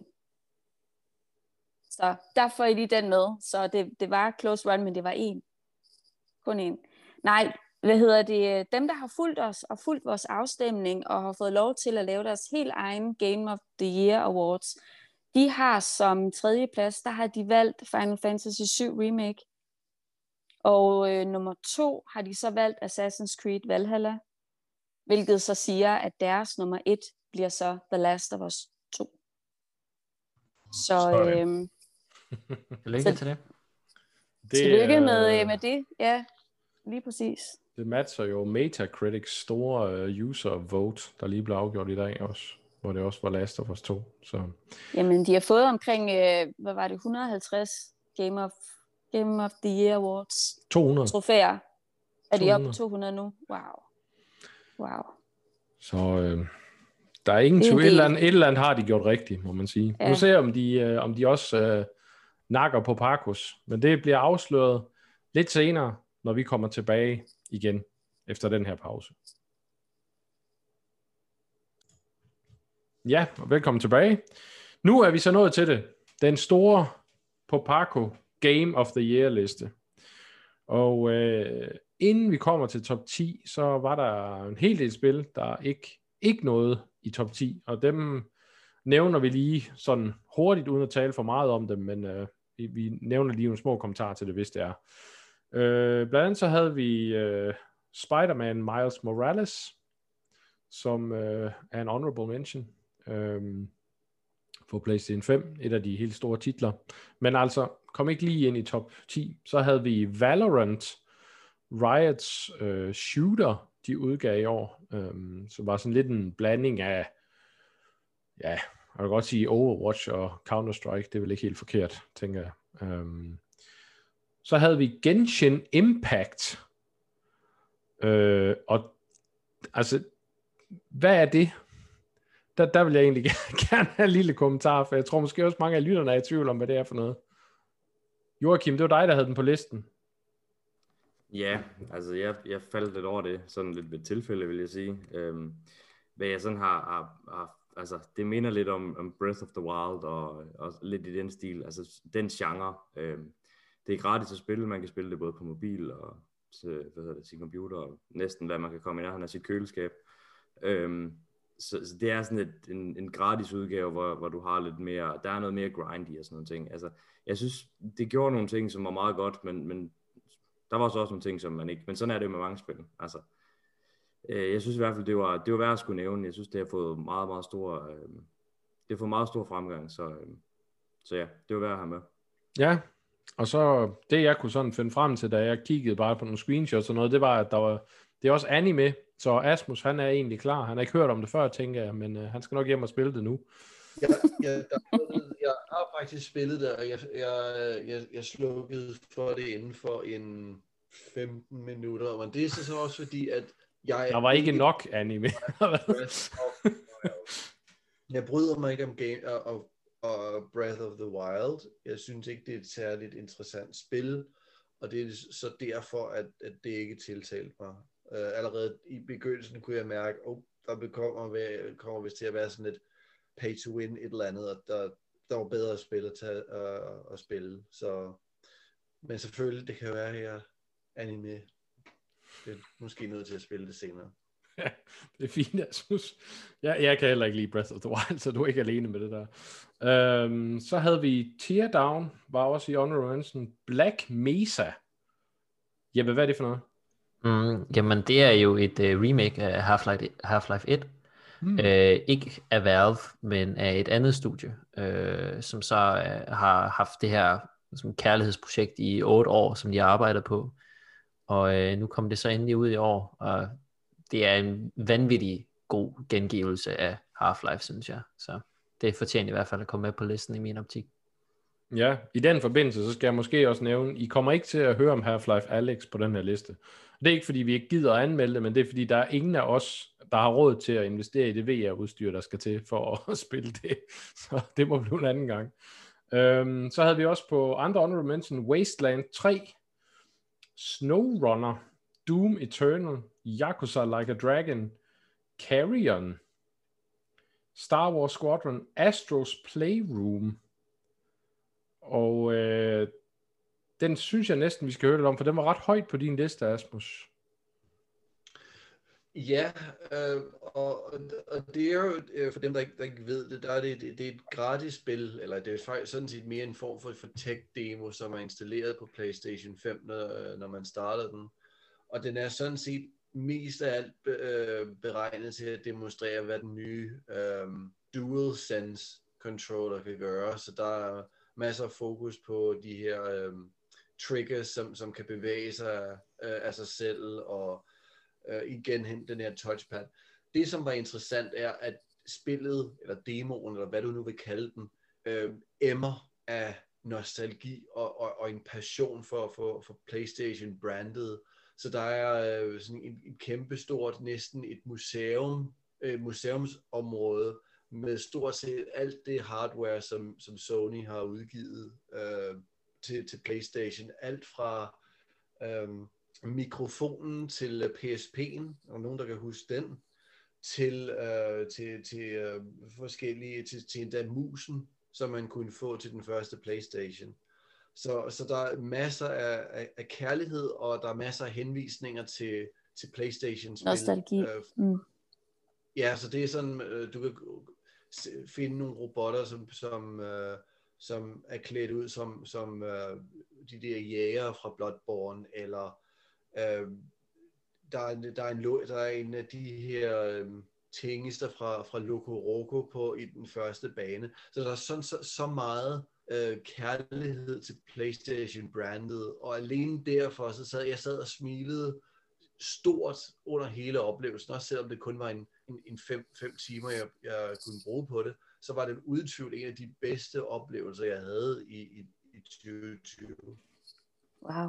Så der får I lige den med. Så det, det var close run, men det var én. Kun én. Nej, hvad hedder det? Dem, der har fulgt os og fulgt vores afstemning og har fået lov til at lave deres helt egen Game of the Year Awards, de har som tredje plads, der har de valgt Final Fantasy syv Remake. Og øh, nummer to har de så valgt Assassin's Creed Valhalla, hvilket så siger, at deres nummer et bliver så The Last of Us to. Så øhm, tillykke til det. det tillykke med, med det, ja, lige præcis. Det matcher jo Metacritics store uh, user vote, der lige blev afgjort i dag også, hvor det også var Last of Us to. Så. Jamen, de har fået omkring, øh, hvad var det, et hundrede og halvtreds Game of, Game of the Year Awards. to hundrede. Trofæer. Er de to hundrede. oppe på to hundrede nu? Wow. Wow. Så øh, der er ingen tvivl. Et eller andet, et eller andet har de gjort rigtigt, må man sige. Ja. Nu ser jeg, om de, øh, om de også øh, nakker på Parkus. Men det bliver afsløret lidt senere, når vi kommer tilbage igen efter den her pause. Ja, og velkommen tilbage. Nu er vi så nået til det. Den store Popako Game of the Year liste. Og øh, inden vi kommer til top ti, så var der en hel del spil, der ikke, ikke nåede i top ti. Og dem nævner vi lige sådan hurtigt, uden at tale for meget om dem, men øh, vi, vi nævner lige nogle små kommentarer til det, hvis det er. Øh, blandt andet så havde vi øh, Spider-Man Miles Morales, som øh, er en honorable mention øh, for PlayStation fem, et af de helt store titler. Men altså, kom ikke lige ind i top ti. Så havde vi Valorant, Riots øh, shooter, de udgav i år, øh, som var sådan lidt en blanding af, ja, jeg vil godt sige Overwatch og Counter-Strike, det er vel ikke helt forkert, tænker jeg. Øh, Så havde vi Genshin Impact. Øh, og altså, hvad er det? Der, der vil jeg egentlig gerne have en lille kommentar, for jeg tror måske også mange af lytterne er i tvivl om, hvad det er for noget. Joachim, det var dig, der havde den på listen. Ja, altså jeg, jeg faldt lidt over det, sådan lidt ved tilfælde, vil jeg sige. Øhm, hvad jeg sådan har, har, har, altså det minder lidt om, om Breath of the Wild, og, og lidt i den stil, altså den genre. Øhm, Det er gratis at spille, man kan spille det både på mobil og til, hvad hedder det, sin computer, og næsten hvad man kan komme i nærheden af sit køleskab. Øhm, så, så det er sådan et, en, en gratis udgave, hvor, hvor du har lidt mere, der er noget mere grind i og sådan nogle ting. Altså, jeg synes, det gjorde nogle ting, som var meget godt, men, men der var så også nogle ting, som man ikke, men sådan er det jo med mange spil. Altså, øh, jeg synes i hvert fald, det var, det var værd at skulle nævne. Jeg synes, det har fået meget, meget stor, øh, det har fået meget stor fremgang, så, øh, så ja, det var værd at have med. Ja. Og så det, jeg kunne sådan finde frem til, da jeg kiggede bare på nogle screenshots og noget, det var, at der var, det er også anime, så Asmus, han er egentlig klar. Han har ikke hørt om det før, tænker jeg, men uh, han skal nok hjem og spille det nu. Jeg, jeg, der, jeg har faktisk spillet det, og jeg, jeg, jeg, jeg slukkede for det inden for en femten minutter, men det er så også fordi, at jeg... Der var ikke nok anime. Jeg bryder mig ikke om game, og og Breath of the Wild. Jeg synes ikke, det er et særligt interessant spil, og det er så derfor, at, at det ikke tiltalte mig. Uh, allerede i begyndelsen kunne jeg mærke, at oh, der kommer, kommer vist til at være sådan lidt pay to win et eller andet, og der, der var bedre spil at, tage, uh, at spille. Så, men selvfølgelig, det kan være, at jeg anime. Det er måske nødt til at spille det senere. Ja, det er fint, jeg synes. Jeg, jeg kan heller ikke lide Breath of the Wild, så du er ikke alene med det der. Øhm, så havde vi Teardown, var også i honorable mention. Black Mesa. Jeppe, hvad er det for noget? Mm, jamen, det er jo et uh, remake af Half-Life, Half-Life et. Mm. Øh, ikke af Valve, men af et andet studie, øh, som så uh, har haft det her som et kærlighedsprojekt i otte år, som de har arbejdet på. Og øh, nu kom det så endelig ud i år, og det er en vanvittig god gengivelse af Half-Life, synes jeg. Så det fortjener i hvert fald at komme med på listen i min optik. Ja, i den forbindelse, så skal jeg måske også nævne, I kommer ikke til at høre om Half-Life Alyx på den her liste. Det er ikke, fordi vi ikke gider at anmelde det, men det er, fordi der er ingen af os, der har råd til at investere i det V R-udstyr, der skal til for at spille det. Så det må blive en anden gang. Øhm, så havde vi også på andre honorable mention Wasteland tre, SnowRunner, Doom Eternal, Yakuza Like a Dragon, Carrion, Star Wars Squadron, Astro's Playroom. Og øh, den synes jeg næsten, vi skal høre lidt om, for den var ret højt på din liste, Asmus. Ja, øh, og, og det er jo, øh, for dem, der ikke, der ikke ved det, der er det, det, det er et gratis spil, eller det er faktisk sådan set mere en form for, for tech-demo, som er installeret på PlayStation fem, når, når man starter den. Og den er sådan set mest af alt øh, beregnet til at demonstrere, hvad den nye øh, DualSense controller kan gøre. Så der er masser af fokus på de her øh, triggers, som, som kan bevæge sig øh, af sig selv, og øh, igen hente den her touchpad. Det, som var interessant, er, at spillet, eller demoen, eller hvad du nu vil kalde den, øh, emmer af nostalgi og, og, og en passion for, for, for PlayStation-brandet. Så der er øh, sådan et, et kæmpestort, næsten et museum, øh, museumsområde, med stort set alt det hardware, som, som Sony har udgivet øh, til, til PlayStation. Alt fra øh, mikrofonen til P S P'en, og nogen, der kan huske den, til, øh, til, til øh, forskellige, til, til endda musen, som man kunne få til den første PlayStation. Så, så der er masser af, af, af kærlighed, og der er masser af henvisninger til, til PlayStation-spil. Nostalgi. Øh, mm. Ja, så det er sådan, øh, du kan finde nogle robotter, som, som, øh, som er klædt ud som, som øh, de der jæger fra Bloodborne, eller øh, der, er, der, er en, der er en af de her øh, tingester fra, fra Loco Roco på i den første bane. Så der er sådan så, så meget øh, kærlighed til PlayStation-brandet, og alene derfor så sad jeg sad og smilede stort under hele oplevelsen, også selvom det kun var en, en, en fem, fem timer, jeg, jeg kunne bruge på det, så var det uden tvivl en af de bedste oplevelser, jeg havde i, i, i tyve tyve. Wow.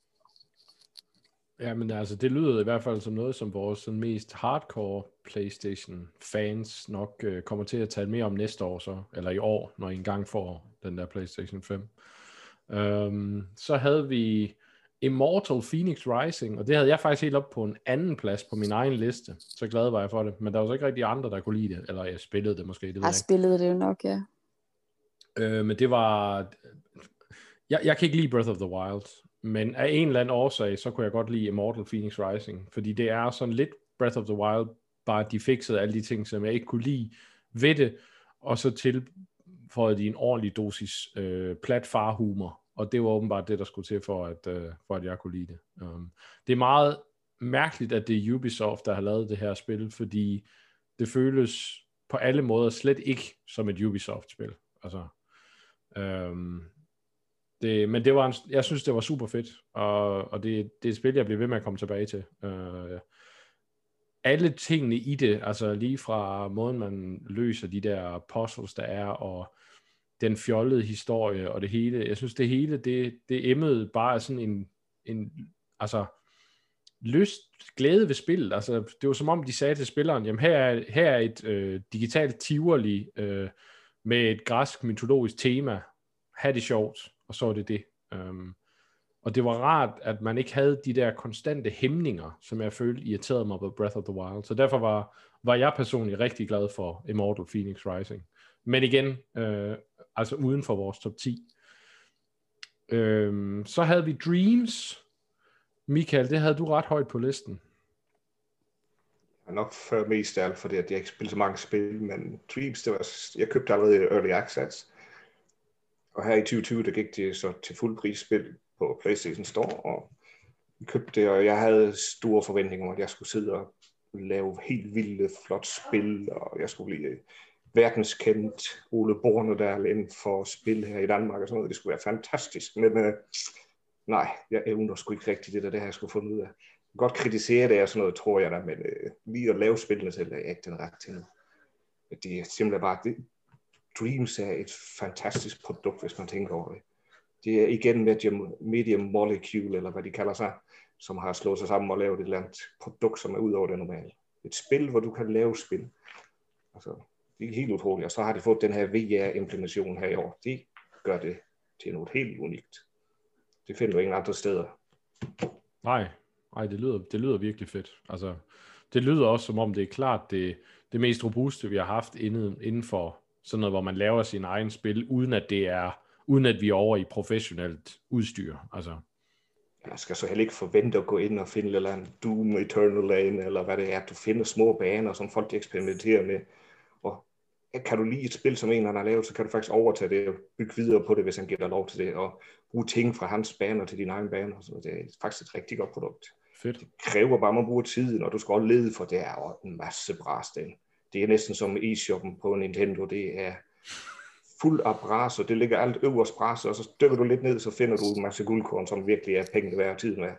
Ja, men altså, det lyder i hvert fald som noget, som vores sådan, mest hardcore PlayStation-fans nok øh, kommer til at tale mere om næste år, så, eller i år, når I engang får den der PlayStation fem. Um, så havde vi Immortal Phoenix Rising, og det havde jeg faktisk helt op på en anden plads på min egen liste. Så glad var jeg for det. Men der var så ikke rigtig andre, der kunne lide det. Eller jeg spillede det måske, det ved jeg Jeg spillede det jo nok, ja. Øh, men det var... Jeg, jeg kan ikke lide Breath of the Wild, men af en eller anden årsag, så kunne jeg godt lide Immortal Phoenix Rising. Fordi det er sådan lidt Breath of the Wild, bare de fikset alle de ting, som jeg ikke kunne lide ved det, og så tilføjede de en ordentlig dosis øh, plat farhumor. Og det var åbenbart det, der skulle til for, at, uh, for at jeg kunne lide det. Um, det er meget mærkeligt, at det er Ubisoft, der har lavet det her spil, fordi det føles på alle måder slet ikke som et Ubisoft-spil. Altså, um, det, men det var en, jeg synes, det var super fedt, og, og det, det er et spil, jeg bliver ved med at komme tilbage til. Uh, alle tingene i det, altså lige fra måden, man løser de der puzzles, der er, og den fjollede historie og det hele. Jeg synes, det hele, det, det emmede bare sådan en, en altså, lyst, glæde ved spillet. Altså, det var som om, de sagde til spilleren, jamen her er, her er et øh, digitalt Tivoli øh, med et græsk mytologisk tema. Ha' det sjovt, og så er det det. Um, og det var rart, at man ikke havde de der konstante hæmninger, som jeg følte irriterede mig på Breath of the Wild. Så derfor var, var jeg personligt rigtig glad for Immortal Phoenix Rising. Men igen, øh, altså uden for vores top ti. Øhm, så havde vi Dreams. Michael, det havde du ret højt på listen. Ja, nok for mest af alt, fordi jeg ikke spillede så mange spil, men Dreams, det var, jeg købte allerede Early Access. Og her i tyve tyve, der gik det så til fuld pris spil på PlayStation Store, og jeg købte det, og jeg havde store forventninger om, at jeg skulle sidde og lave helt vilde, flot spil, og jeg skulle blive verdenskendt Ole Bornedal inden for spil her i Danmark og sådan noget. Det skulle være fantastisk, men øh, nej, jeg evner sgu ikke rigtigt det der, det har jeg sgu fundet ud af. Jeg kan godt kritisere det og sådan noget, tror jeg da, men øh, lige at lave spillene selv er ikke den ret til nu. Det er simpelthen bare, det, Dreams er et fantastisk produkt, hvis man tænker over det. Det er igen Medium, Medium Molecule, eller hvad de kalder sig, som har slået sig sammen og lavet et eller andet produkt, som er ud over det normale. Et spil, hvor du kan lave spil. Altså, det er helt utroligt. Og så har de fået den her V R-implementation her i år. Det gør det til noget helt unikt. Det finder du ingen andre steder. Nej, nej det, lyder, det lyder virkelig fedt. Altså, det lyder også, som om det er klart det, det mest robuste, vi har haft inden, inden for sådan noget, hvor man laver sin egen spil, uden at det er, uden at vi er over i professionelt udstyr. Altså. Jeg skal så heller ikke forvente at gå ind og finde et eller andet Doom Eternal Lane, eller hvad det er. Du finder små baner, som folk eksperimenterer med. Og kan du lide et spil, som en har lavet, så kan du faktisk overtage det og bygge videre på det, hvis han giver dig lov til det, og bruge ting fra hans baner til dine egne baner. Så det er faktisk et rigtig godt produkt. Fedt. Det kræver bare, at man bruger tiden, og du skal også lede for det er jo en masse bras den. Det er næsten som e-shoppen på Nintendo. Det er fuld af bras, og det ligger alt øverst bras, og så dykker du lidt ned, så finder du en masse guldkorn, som virkelig er pengene værd tiden med.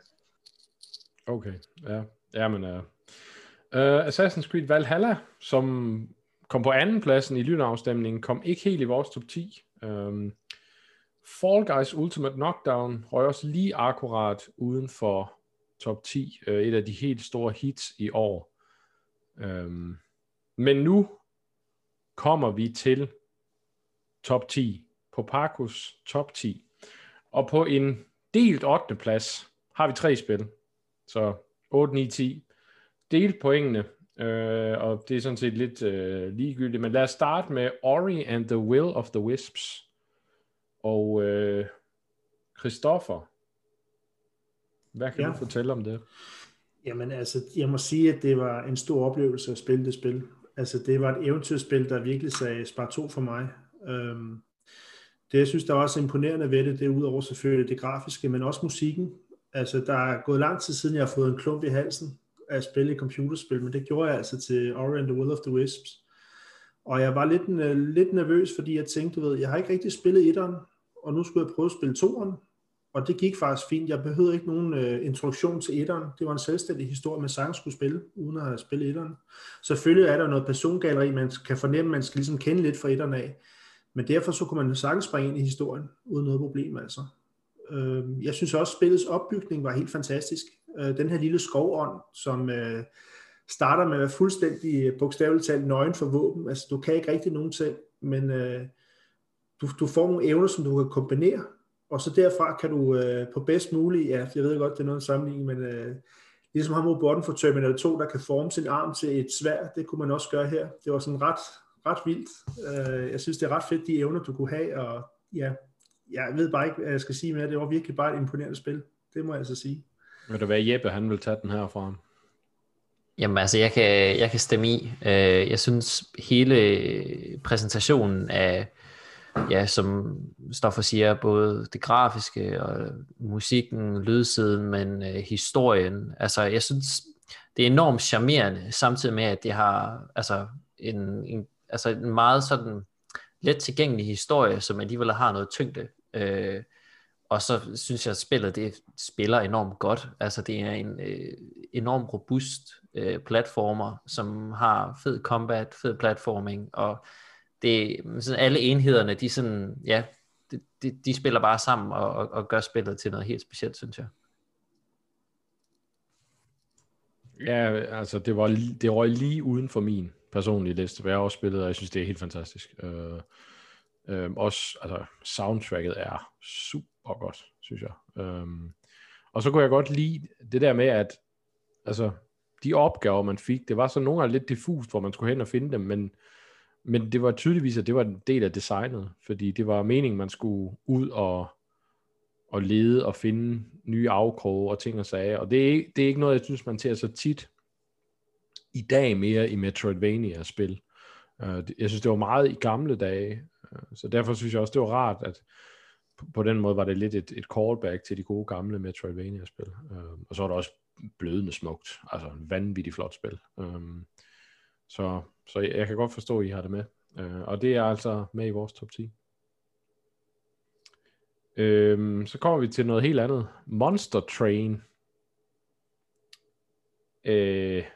Okay, ja. Ja, men uh, uh, Assassin's Creed Valhalla, som kom på anden pladsen i lynafstemningen, kom ikke helt i vores top ti. Um, Fall Guys Ultimate Knockdown røg også lige akkurat uden for top ti. Uh, et af de helt store hits i år. Um, men nu kommer vi til top ti. På Parkus top ti. Og på en delt ottende plads har vi tre spil. Så otte, ni, ti. Delt pointene. Øh, og det er sådan set lidt øh, ligegyldigt. Men lad os starte med Ori and the Will of the Wisps. Og øh, Christoffer, hvad kan ja. du fortælle om det? Jamen altså, jeg må sige, at det var en stor oplevelse at spille det spil. Altså, det var et eventyrspil, der virkelig sagde spar to for mig. Øhm, det, jeg synes, der var også imponerende ved det, det er udover selvfølgelig det grafiske, men også musikken. Altså, der er gået lang tid siden, jeg har fået en klump i halsen af at spille et computerspil, men det gjorde jeg altså til Ori and the Will of the Wisps. Og jeg var lidt, uh, lidt nervøs, fordi jeg tænkte, du ved, jeg har ikke rigtig spillet etteren, og nu skulle jeg prøve at spille toeren, og det gik faktisk fint. Jeg behøvede ikke nogen uh, introduktion til etteren. Det var en selvstændig historie, man sagtens skulle spille, uden at have spillet etteren. Selvfølgelig er der noget persongalleri, man kan fornemme, man skal ligesom kende lidt fra etteren af, men derfor så kunne man sagtens springe ind i historien, uden noget problem altså. Uh, jeg synes også, at spillets opbygning var helt fantastisk. Uh, den her lille skovånd, som uh, starter med at være fuldstændig bogstaveligt talt nøgen for våben. Altså, du kan ikke rigtig nogen ting, men uh, du, du får nogle evner, som du kan kombinere, og så derfra kan du uh, på bedst mulig, ja, jeg ved godt, det er noget sammenligning, men uh, ligesom ham robotten fra Terminator to, der kan forme sin arm til et sværd, det kunne man også gøre her. Det var sådan ret, ret vildt. Uh, jeg synes, det er ret fedt, de evner, du kunne have, og ja, jeg ved bare ikke, hvad jeg skal sige mere. Det var virkelig bare et imponerende spil. Det må jeg altså sige. Vil det være Jeppe, han vil tage den her fra? Jamen altså, jeg kan, jeg kan stemme i. Jeg synes, hele præsentationen af, ja, som Stoffer siger, både det grafiske og musikken, lydsiden, men uh, historien. Altså, jeg synes, det er enormt charmerende, samtidig med, at det har altså en, en, altså en meget sådan let tilgængelig historie, som alligevel har noget tyngde. Øh, og så synes jeg, at spillet det spiller enormt godt. Altså det er en øh, enormt robust øh, platformer, som har fed combat, fed platforming, og det, sådan alle enhederne, de, sådan, ja, de, de, de spiller bare sammen og, og, og gør spillet til noget helt specielt, synes jeg. Ja, altså det var det røg lige uden for min personlige liste, hvad jeg også spillede, og jeg synes, det er helt fantastisk. Øh, øh, også, altså soundtracket er super godt, synes jeg. Øh, og så kunne jeg godt lide det der med, at altså, de opgaver, man fik, det var så nogle gange lidt diffust, hvor man skulle hen og finde dem, men, men det var tydeligvis, at det var en del af designet, fordi det var meningen, man skulle ud og, og lede og finde nye afkroge og ting og sager, og det er, det er ikke noget, jeg synes, man ser så tit i dag mere i Metroidvania-spil. Jeg synes, det var meget i gamle dage, så derfor synes jeg også, det var rart, at på den måde var det lidt et, et callback til de gode gamle Metroidvania-spil. Og så var det også blødende smukt, altså en vanvittigt flot spil. Så, så jeg kan godt forstå, at I har det med. Øh, og det er altså med i vores top ti. Øh, så kommer vi til noget helt andet. Monster Train. Øh,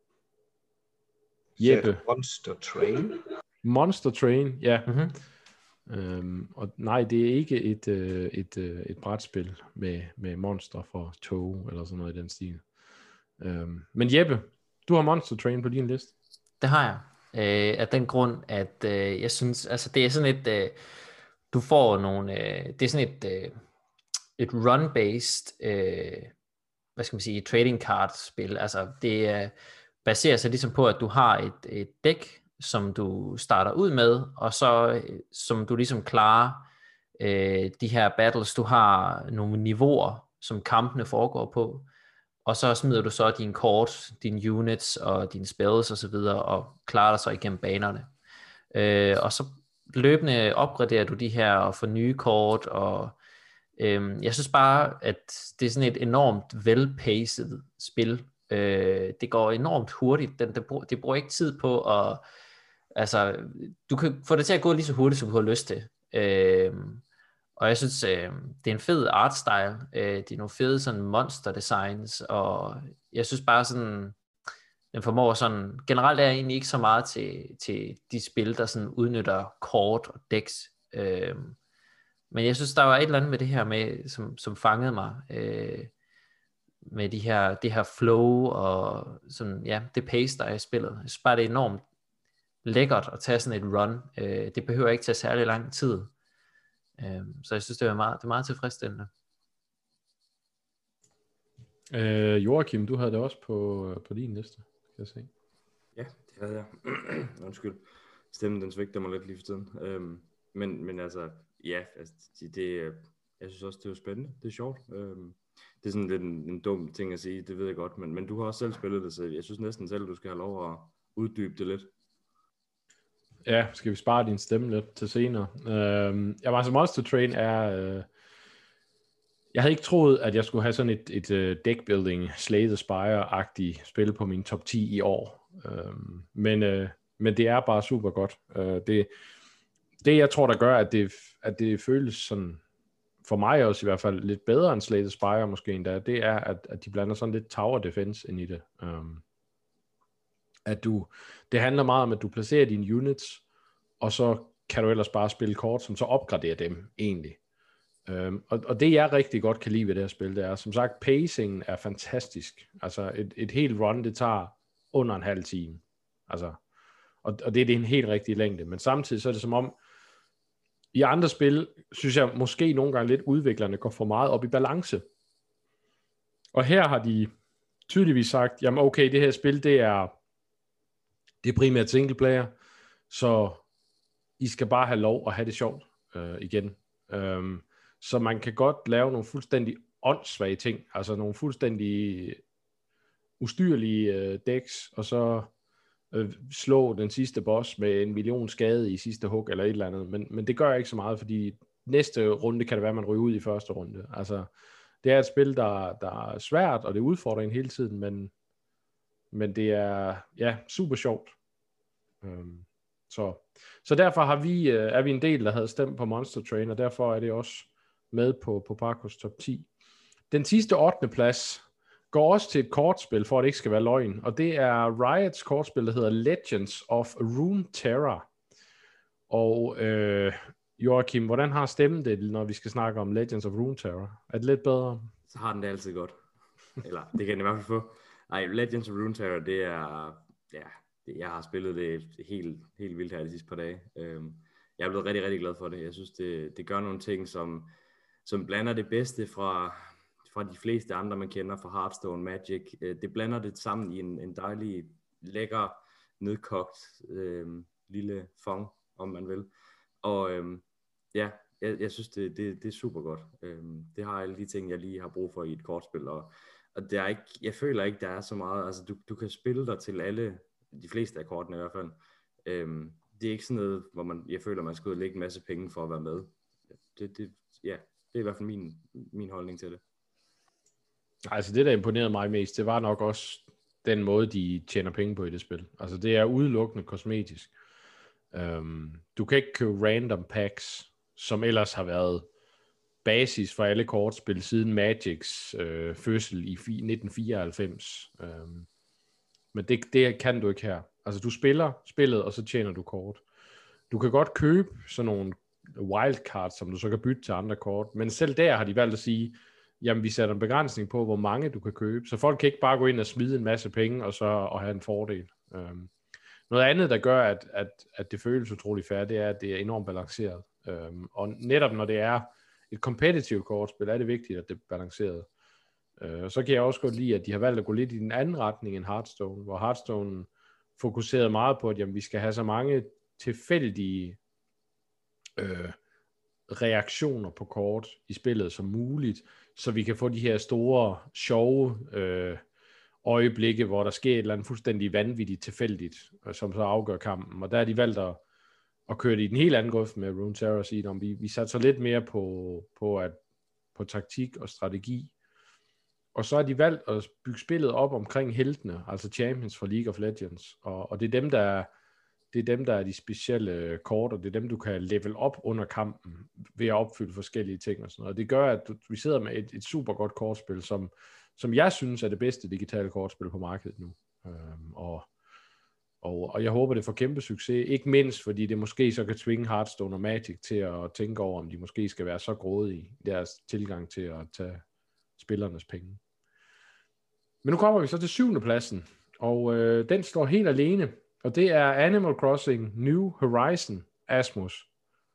Jeppe. Monster Train? Monster Train, ja. Mm-hmm. Øhm, og nej, det er ikke et, øh, et, øh, et brætspil med, med monster for tog, eller sådan noget i den stil. Øhm, men Jeppe, du har Monster Train på din liste. Det har jeg. Øh, af den grund, at øh, jeg synes, altså det er sådan et, øh, du får nogle, øh, det er sådan et, øh, et run-based, øh, hvad skal man sige, trading card spil. Altså det øh, baserer sig ligesom på, at du har et, et dæk, som du starter ud med, og så øh, som du ligesom klarer øh, de her battles. Du har nogle niveauer, som kampene foregår på, og så smider du så dine kort, dine units og dine spells og så videre, og klarer dig så igennem banerne. Øh, og så løbende opgraderer du de her og får nye kort, og øh, jeg synes bare, at det er sådan et enormt well-paced spil. Øh, det går enormt hurtigt. Den, det, bruger, det bruger ikke tid på at, altså, du kan få det til at gå lige så hurtigt, som du har lyst til. Øh, Og jeg synes, øh, det er en fed artstyle. Øh, det er nogle fede sådan monster designs, og jeg synes bare sådan, den formår sådan, generelt er jeg egentlig ikke så meget til, til de spil, der sådan udnytter kort og decks. Øh, men jeg synes, der var et eller andet med det her med, som, som fangede mig, øh, med de her, det her flow, og sådan, ja, det pace, der er i spillet. Jeg synes bare, det er enormt lækkert at tage sådan et run. Øh, det behøver ikke tage særlig lang tid. Så jeg synes, det er meget, det er meget tilfredsstillende. Øh, Joachim, du havde det også på, på din liste, kan jeg se. Ja, det havde jeg. Undskyld. Stemmen, den svigter mig lidt lige for tiden. Øhm, men, men altså, ja, altså, det, det, jeg synes også, det er spændende. Det er sjovt. Øhm, det er sådan lidt en, en dum ting at sige, det ved jeg godt, men, men du har også selv spillet det, så jeg synes næsten selv, du skal have lov at uddybe det lidt. Ja, skal vi spare din stemme lidt til senere. Uh, ja, altså Monster Train er... Uh, jeg havde ikke troet, at jeg skulle have sådan et, et uh, deckbuilding, Slay the Spire-agtigt spil på min top ti i år. Uh, men, uh, men det er bare super godt. Uh, det, det, jeg tror, der gør, at det, at det føles sådan, for mig også i hvert fald, lidt bedre end Slay the Spire måske endda, det er, at, at de blander sådan lidt tower defense ind i det. Um, at du, det handler meget om, at du placerer dine units, og så kan du ellers bare spille kort, som så opgraderer dem egentlig. Um, og, og det jeg rigtig godt kan lide ved det her spil, det er, som sagt, pacingen er fantastisk. Altså et, et helt run, det tager under en halv time. Altså, og, og det er det en helt rigtig længde. Men samtidig så er det som om, i andre spil, synes jeg måske nogle gange lidt udviklerne går for meget op i balance. Og her har de tydeligvis sagt, jamen okay, det her spil, det er Det er primært single player, så I skal bare have lov at have det sjovt øh, igen. Um, så man kan godt lave nogle fuldstændig åndssvage ting, altså nogle fuldstændig ustyrlige øh, decks, og så øh, slå den sidste boss med en million skade i sidste hug eller et eller andet. Men, men det gør ikke så meget, fordi næste runde kan det være, at man ryger ud i første runde. Altså, det er et spil, der, der er svært, og det udfordrer en hele tiden, men Men det er ja, super sjovt. Um, så, så derfor har vi, uh, er vi en del, der havde stemt på Monster Train, og derfor er det også med på, på Parkos top ti. Den sidste ottende plads går også til et kortspil, for at det ikke skal være løgn, og det er Riots kortspil, der hedder Legends of Runeterra. Og øh, Joachim, hvordan har stemmen det, når vi skal snakke om Legends of Runeterra? Er det lidt bedre? Så har den det altid godt. Eller det kan den i hvert fald få. Nej, Legends of Runeterra, det er, ja, det, jeg har spillet det helt, helt vildt her de sidste par dage. Øhm, jeg er blevet rigtig, rigtig glad for det. Jeg synes, det, det gør nogle ting, som, som blander det bedste fra, fra de fleste andre, man kender fra Hearthstone, Magic. Det blander det sammen i en, en dejlig, lækker, nedkogt øhm, lille fong, om man vil. Og øhm, ja, jeg, jeg synes, det, det, det er super godt. Øhm, det har alle de ting, jeg lige har brug for i et kortspil, og Og der er ikke, jeg føler ikke, der er så meget, altså du, du kan spille dig til alle, de fleste af kortene i hvert fald. Øhm, det er ikke sådan noget, hvor man, jeg føler, man skal ud og lægge en masse penge for at være med. Det, det, ja, det er i hvert fald min, min holdning til det. Altså det, der imponerede mig mest, det var nok også den måde, de tjener penge på i det spil. Altså det er udelukkende kosmetisk. Øhm, du kan ikke købe random packs, som ellers har været basis for alle kortspil siden Magics øh, fødsel i nitten fireoghalvfems. Øhm, men det, det kan du ikke her. Altså du spiller spillet, og så tjener du kort. Du kan godt købe sådan nogle wildcards, som du så kan bytte til andre kort, men selv der har de valgt at sige, jamen vi sætter en begrænsning på, hvor mange du kan købe, så folk kan ikke bare gå ind og smide en masse penge, og så og have en fordel. Øhm, noget andet, der gør, at, at, at det føles utrolig fair, det er, at det er enormt balanceret. Øhm, og netop når det er et competitive kortspil, er det vigtigt, at det er balanceret. Øh, så kan jeg også godt lide, at de har valgt at gå lidt i den anden retning end Hearthstone, hvor Hearthstone fokuserede meget på, at jamen, vi skal have så mange tilfældige øh, reaktioner på kort i spillet som muligt, så vi kan få de her store, sjove øh, øjeblikke, hvor der sker et eller andet fuldstændig vanvittigt tilfældigt, som så afgør kampen. Og der er de valgt at, at køre det i den helt anden grøft med Runeterra og sige, om vi, vi satser lidt mere på, på, at, på taktik og strategi. Og så har de valgt at bygge spillet op omkring heltene, altså champions for League of Legends. Og, og det er dem, der er Det er dem, der er de specielle kort, og det er dem, du kan level op under kampen ved at opfylde forskellige ting og sådan noget. Og det gør, at du, vi sidder med et, et super godt kortspil, som, som jeg synes er det bedste digitale kortspil på markedet nu. Øhm, og, og, og jeg håber, det får kæmpe succes. Ikke mindst, fordi det måske så kan tvinge Hearthstone og Magic til at tænke over, om de måske skal være så grådige i deres tilgang til at tage spillernes penge. Men nu kommer vi så til syvende pladsen, og øh, den står helt alene. Og det er Animal Crossing New Horizon, Asmus.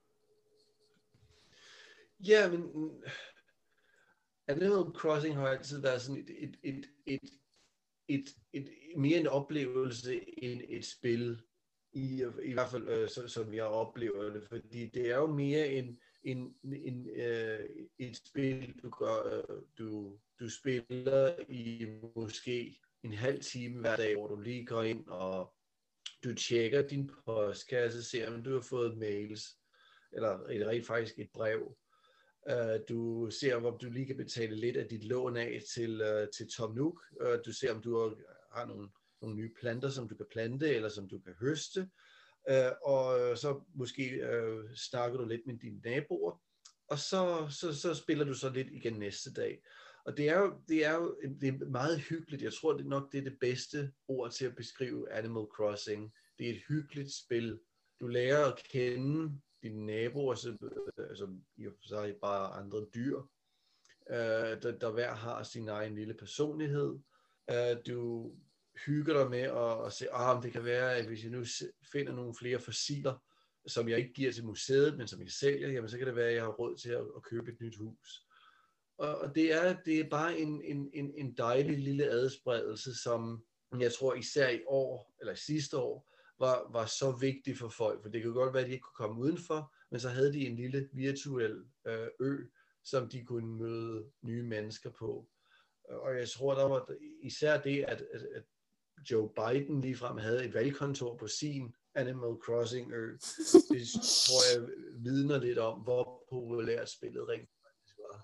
Ja, men Animal Crossing har altid været sådan et, et, et, et, et, et mere en oplevelse end et spil, i, i hvert fald øh, så, som jeg oplever det, fordi det er jo mere en, en, en, øh, et spil, du, gør, øh, du, du spiller i måske en halv time hver dag, hvor du lige går ind og du tjekker din postkasse, ser om du har fået mails, eller et rent faktisk et brev. Uh, du ser, om du lige kan betale lidt af dit lån af til, uh, til Tom Nook. Uh, du ser, om du har, har nogle, nogle nye planter, som du kan plante, eller som du kan høste. Uh, og så måske uh, snakker du lidt med dine naboer, og så, så, så spiller du så lidt igen næste dag. Og det er jo, det er jo det er meget hyggeligt. Jeg tror det nok, det er det bedste ord til at beskrive Animal Crossing. Det er et hyggeligt spil. Du lærer at kende dine naboer, som, som i og for sig bare andre dyr, uh, der, der hver har sin egen lille personlighed. Uh, du hygger dig med at, at se, ah, det kan være, at hvis jeg nu finder nogle flere fossiler, som jeg ikke giver til museet, men som jeg sælger, jamen så kan det være, at jeg har råd til at, at købe et nyt hus. Og det er, det er bare en, en, en dejlig lille adspredelse, som jeg tror især i år, eller sidste år, var, var så vigtig for folk. For det kunne godt være, at de ikke kunne komme udenfor, men så havde de en lille virtuel øh, ø, som de kunne møde nye mennesker på. Og jeg tror, der var især det, at, at, at Joe Biden ligefrem havde et valgkontor på sin Animal Crossing ø. Det tror jeg vidner lidt om, hvor populært spillet rent faktisk var.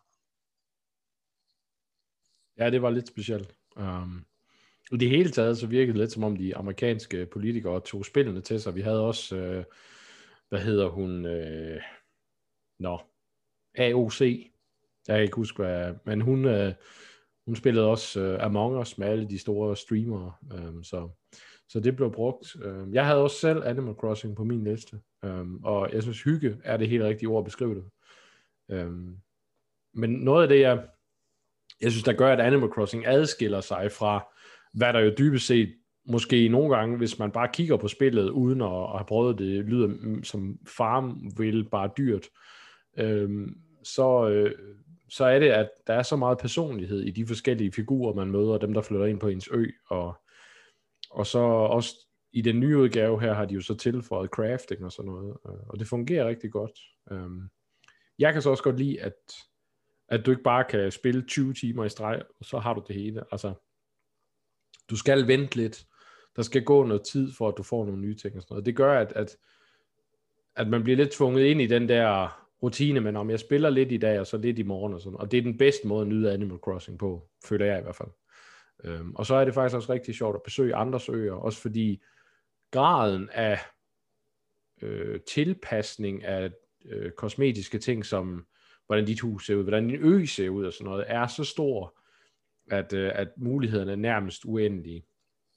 Ja, det var lidt specielt. Um, I det hele taget, så virkede det lidt som om de amerikanske politikere tog spillene til sig. Vi havde også, øh, hvad hedder hun, øh, nå, A O C, jeg kan ikke huske, hvad, men hun, øh, hun spillede også øh, Among Us med alle de store streamere, øh, så, så det blev brugt. Øh, jeg havde også selv Animal Crossing på min liste, øh, og jeg synes, hygge er det helt rigtige ord at beskrive det. Øh, men noget af det, jeg Jeg synes, der gør, at Animal Crossing adskiller sig fra, hvad der jo dybest set, måske nogle gange, hvis man bare kigger på spillet, uden at, at have prøvet det, lyder som Farmville, bare dyrt, øhm, så, øh, så er det, at der er så meget personlighed i de forskellige figurer, man møder, dem der flytter ind på ens ø, og, og så også i den nye udgave her, har de jo så tilføjet crafting og sådan noget, og det fungerer rigtig godt. Øhm, jeg kan så også godt lide, at at du ikke bare kan spille tyve timer i streg, og så har du det hele. Altså, du skal vente lidt. Der skal gå noget tid, for at du får nogle nye ting og sådan noget. Det gør, at, at, at man bliver lidt tvunget ind i den der rutine, men om jeg spiller lidt i dag, og så lidt i morgen og sådan. Og det er den bedste måde at nyde Animal Crossing på, føler jeg i hvert fald. Øhm, og så er det faktisk også rigtig sjovt at besøge andres øer, også fordi graden af øh, tilpasning af øh, kosmetiske ting, som hvordan dit hus ser ud, hvordan din ø ser ud og sådan noget, er så stor, at, øh, at mulighederne er nærmest uendelige.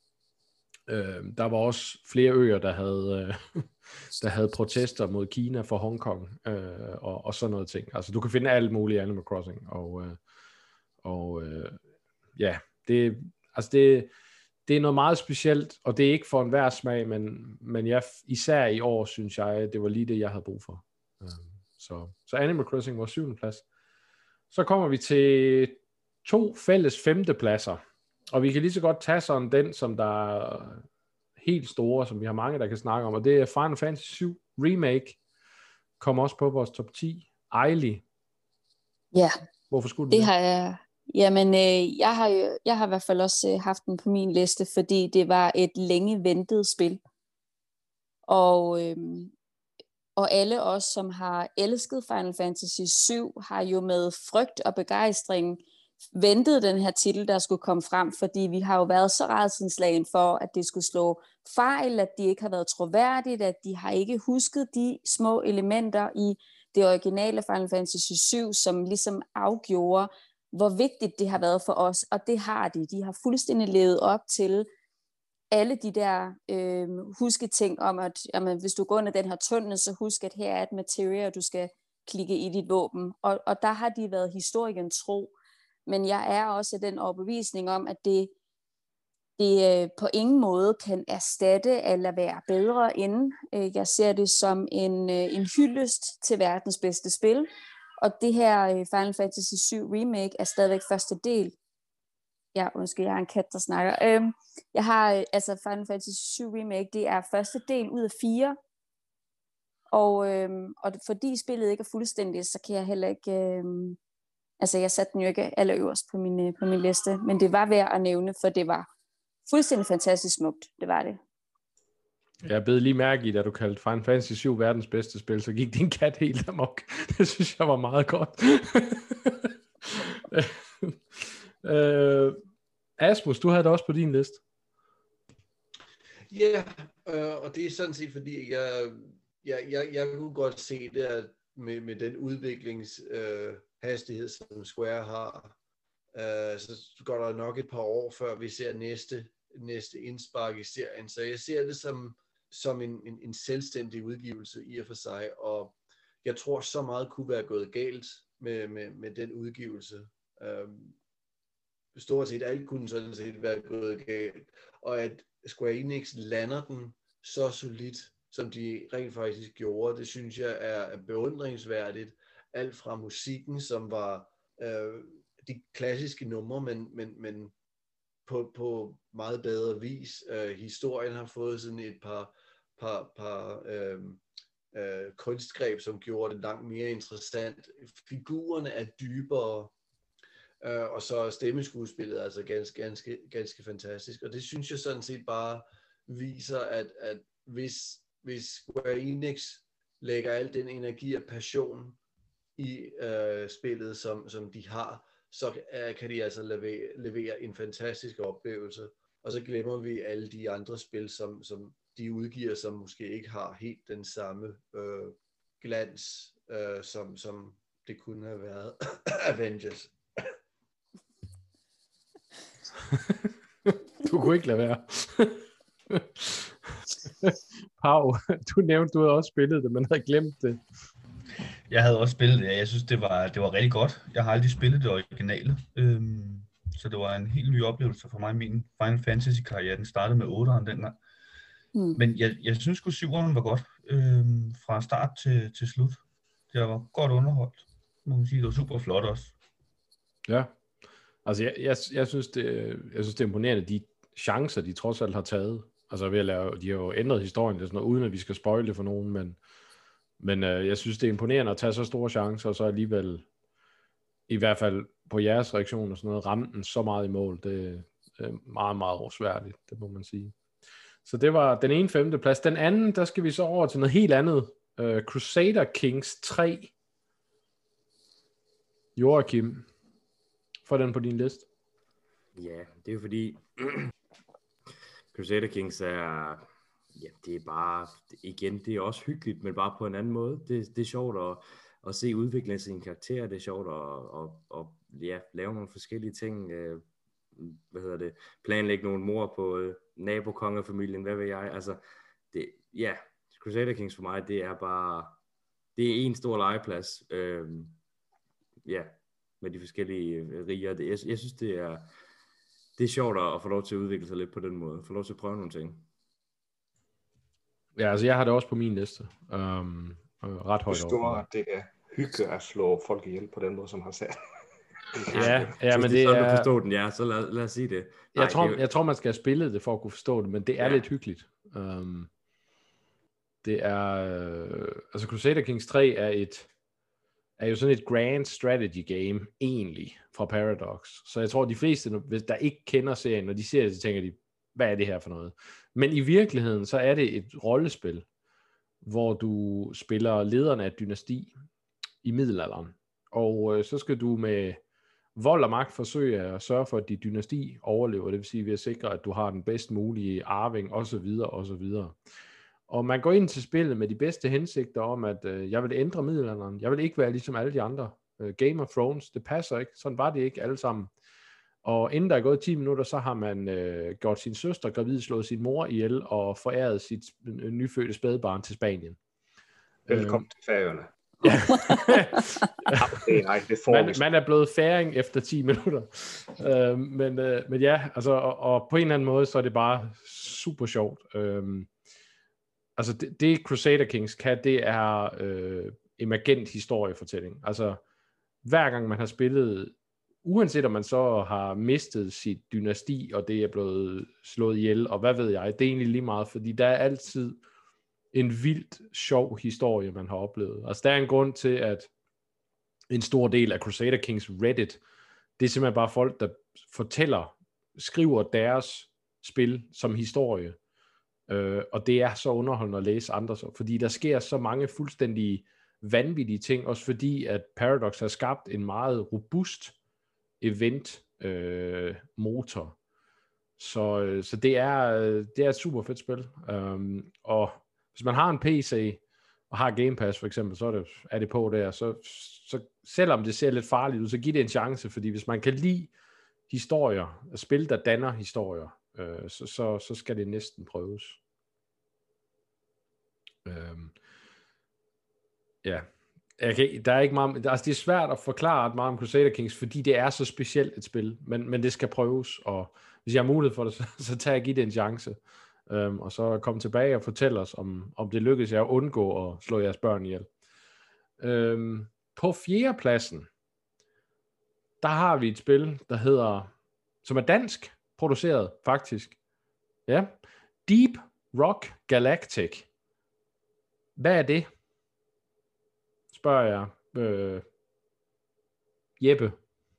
Øh, der var også flere øer, der havde, øh, der havde protester mod Kina for Hongkong øh, og, og sådan noget ting. Altså du kan finde alt muligt i Animal Crossing, og, øh, og øh, ja, det, altså det, det er noget meget specielt, og det er ikke for enhver smag, men, men jeg, især i år, synes jeg, det var lige det, jeg havde brug for. Øh, så, så Animal Crossing var syvende plads. Så kommer vi til to fælles femtepladser. Og vi kan lige så godt tage sådan den, som der er helt store, som vi har mange, der kan snakke om, og det er Final Fantasy syv Remake, kom også på vores top ti. Ejli. Ja. Hvorfor skulle du det? det? Har jeg, jamen, øh, jeg, har jo, jeg har i hvert fald også øh, haft den på min liste, fordi det var et længe ventet spil. Og, øh, og alle os, som har elsket Final Fantasy syv, har jo med frygt og begejstring ventede den her titel, der skulle komme frem, fordi vi har jo været så rædselslagen for, at det skulle slå fejl, at de ikke har været troværdigt, at de har ikke husket de små elementer i det originale Final Fantasy syv, som ligesom afgjorde, hvor vigtigt det har været for os, og det har de. De har fuldstændig levet op til alle de der øh, husketing om, at jamen, hvis du går under den her tunnel, så husk, at her er et materia, og du skal klikke i dit våben. Og, og der har de været historien tro. Men jeg er også af den overbevisning om, at det, det øh, på ingen måde kan erstatte eller være bedre end. Øh, jeg ser det som en, øh, en hyldest til verdens bedste spil. Og det her øh, Final Fantasy syv Remake er stadigvæk første del. Ja, undskyld, jeg har en kat, der snakker. Øh, jeg har, øh, altså Final Fantasy syv Remake, det er første del ud af fire. Og, øh, og fordi spillet ikke er fuldstændigt, så kan jeg heller ikke... Øh, Altså, jeg satte den jo ikke allerøverst på min, på min liste, men det var værd at nævne, for det var fuldstændig fantastisk smukt. Det var det. Jeg bed lige mærke i, da du kaldte Final Fantasy syv verdens bedste spil, så gik din kat helt amok. Det synes jeg var meget godt. øh, Asmus, du havde det også på din liste. Ja, yeah, øh, og det er sådan set, fordi jeg, jeg, jeg, jeg kunne godt se det, at med, med den udviklings... Øh, hastighed, som Square har, uh, så går der nok et par år, før vi ser næste, næste indspark i serien. Så jeg ser det som, som en, en, en selvstændig udgivelse i og for sig, og jeg tror, så meget kunne være gået galt med, med, med den udgivelse. Um, stort set alt kunne sådan set være gået galt, og at Square Enix lander den så solidt, som de rent faktisk gjorde, det synes jeg er, er beundringsværdigt. Alt fra musikken, som var øh, de klassiske numre, men, men, men på, på meget bedre vis. Øh, historien har fået sådan et par, par, par øh, øh, kunstgreb, som gjorde det langt mere interessant. Figurerne er dybere, øh, og så er stemmeskuespillet altså ganske, ganske, ganske fantastisk. Og det synes jeg sådan set bare viser, at, at hvis, hvis Square Enix lægger al den energi og passion i øh, spillet, som, som de har, så øh, kan de altså levere, levere en fantastisk oplevelse. Og så glemmer vi alle de andre spil, som, som de udgiver, som måske ikke har helt den samme øh, glans, øh, som, som det kunne have været Avengers. Du kunne ikke lade være. Pau, du nævnte, du havde også spillet det, men havde glemt det. Jeg havde også spillet det, ja. Jeg synes, det var, det var rigtig godt. Jeg har aldrig spillet det originale, øhm, så det var en helt ny oplevelse for mig. Min Final Fantasy-karriere, den startede med otteren dengang. Mm. Men jeg, jeg synes sgu, syveren var godt, øhm, fra start til, til slut. Det var godt underholdt, må man sige. Det var super flot også. Ja, altså jeg, jeg, jeg, synes, det, jeg synes, det er imponerende, de chancer, de trods alt har taget. Altså ved at lave, de har jo ændret historien, det er sådan noget, uden at vi skal spoile det for nogen, men Men øh, jeg synes, det er imponerende at tage så store chancer, og så alligevel, i hvert fald på jeres reaktion og sådan noget, ramme den så meget i mål. Det er meget, meget rosværdigt, det må man sige. Så det var den ene femte plads. Den anden, der skal vi så over til noget helt andet. Uh, Crusader Kings tre. Joachim, få den på din liste. Ja, det er jo fordi Crusader Kings er, ja, ja, det er bare, igen, det er også hyggeligt, men bare på en anden måde. Det, det er sjovt at, at se udvikle sine karakterer, det er sjovt at, at, at ja, lave nogle forskellige ting, øh, hvad hedder det, planlægge nogle mord på øh, nabokongefamilien, hvad ved jeg, altså, det, ja, Crusader Kings for mig, det er bare, det er en stor legeplads, øh, ja, med de forskellige øh, riger, det, jeg, jeg synes, det er, det er sjovt at, at få lov til at udvikle sig lidt på den måde, få lov til at prøve nogle ting. Ja, altså jeg har det også på min liste. Um, ret højt over. over. Det er hygge at slå folk ihjel på den måde, som han sagde. Ja, ja, men det, det er sådan, er... du forstod den, ja, så lad, lad os sige det. Nej, jeg, tror, det er... jeg tror, man skal have spillet det for at kunne forstå det, men det er ja. lidt hyggeligt. Um, det er... Øh, altså Crusader Kings tre er et er jo sådan et grand strategy game, egentlig, fra Paradox. Så jeg tror, de fleste, hvis der ikke kender serien, når de ser det, så tænker de, hvad er det her for noget? Men i virkeligheden, så er det et rollespil, hvor du spiller lederne af et dynasti i middelalderen. Og øh, så skal du med vold og magt forsøge at sørge for, at dit dynasti overlever. Det vil sige ved at sikre, at du har den bedst mulige arving, osv. osv. Og man går ind til spillet med de bedste hensigter om, at øh, jeg vil ændre middelalderen. Jeg vil ikke være ligesom alle de andre. Øh, Game of Thrones, det passer ikke. Sådan var det ikke alle sammen. Og inden der er gået ti minutter, så har man øh, gjort sin søster gravid, slået sin mor ihjel og foræret sit øh, nyfødte spædbarn til Spanien. Velkommen øh, til Færøerne. Ja. ja, nej, det man, man er blevet færing efter ti minutter. Øh, men, øh, men ja, altså, og, og på en eller anden måde, så er det bare super sjovt. Øh, altså det, det Crusader Kings kan, det er øh, emergent historiefortælling. Altså hver gang man har spillet, uanset om man så har mistet sit dynasti, og det er blevet slået ihjel, og hvad ved jeg, det er egentlig lige meget, fordi der er altid en vildt sjov historie, man har oplevet. Altså der er en grund til, at en stor del af Crusader Kings Reddit, det er simpelthen bare folk, der fortæller, skriver deres spil som historie, øh, og det er så underholdende at læse andre, fordi der sker så mange fuldstændig vanvittige ting, også fordi, at Paradox har skabt en meget robust event øh, motor. Så, så det er det er et super fedt spil. Um, og hvis man har en P C og har Game Pass for eksempel, så er det, er det på der. Så, så selvom det ser lidt farligt ud, så giv det en chance, fordi hvis man kan lide historier, spil der danner historier, øh, så, så, så skal det næsten prøves. Um, ja. Okay, der er ikke meget, altså det er svært at forklare meget om Crusader Kings, fordi det er så specielt et spil, men, men det skal prøves, og hvis jeg har mulighed for det, så, så tager jeg give det en chance, um, og så komme tilbage og fortælle os, om, om det lykkes jer at undgå at slå jeres børn ihjel. Um, på fjerdepladsen, der har vi et spil, der hedder, som er dansk produceret faktisk, ja, Deep Rock Galactic. Hvad er det? Spørger jeg. Øh, Jeppe.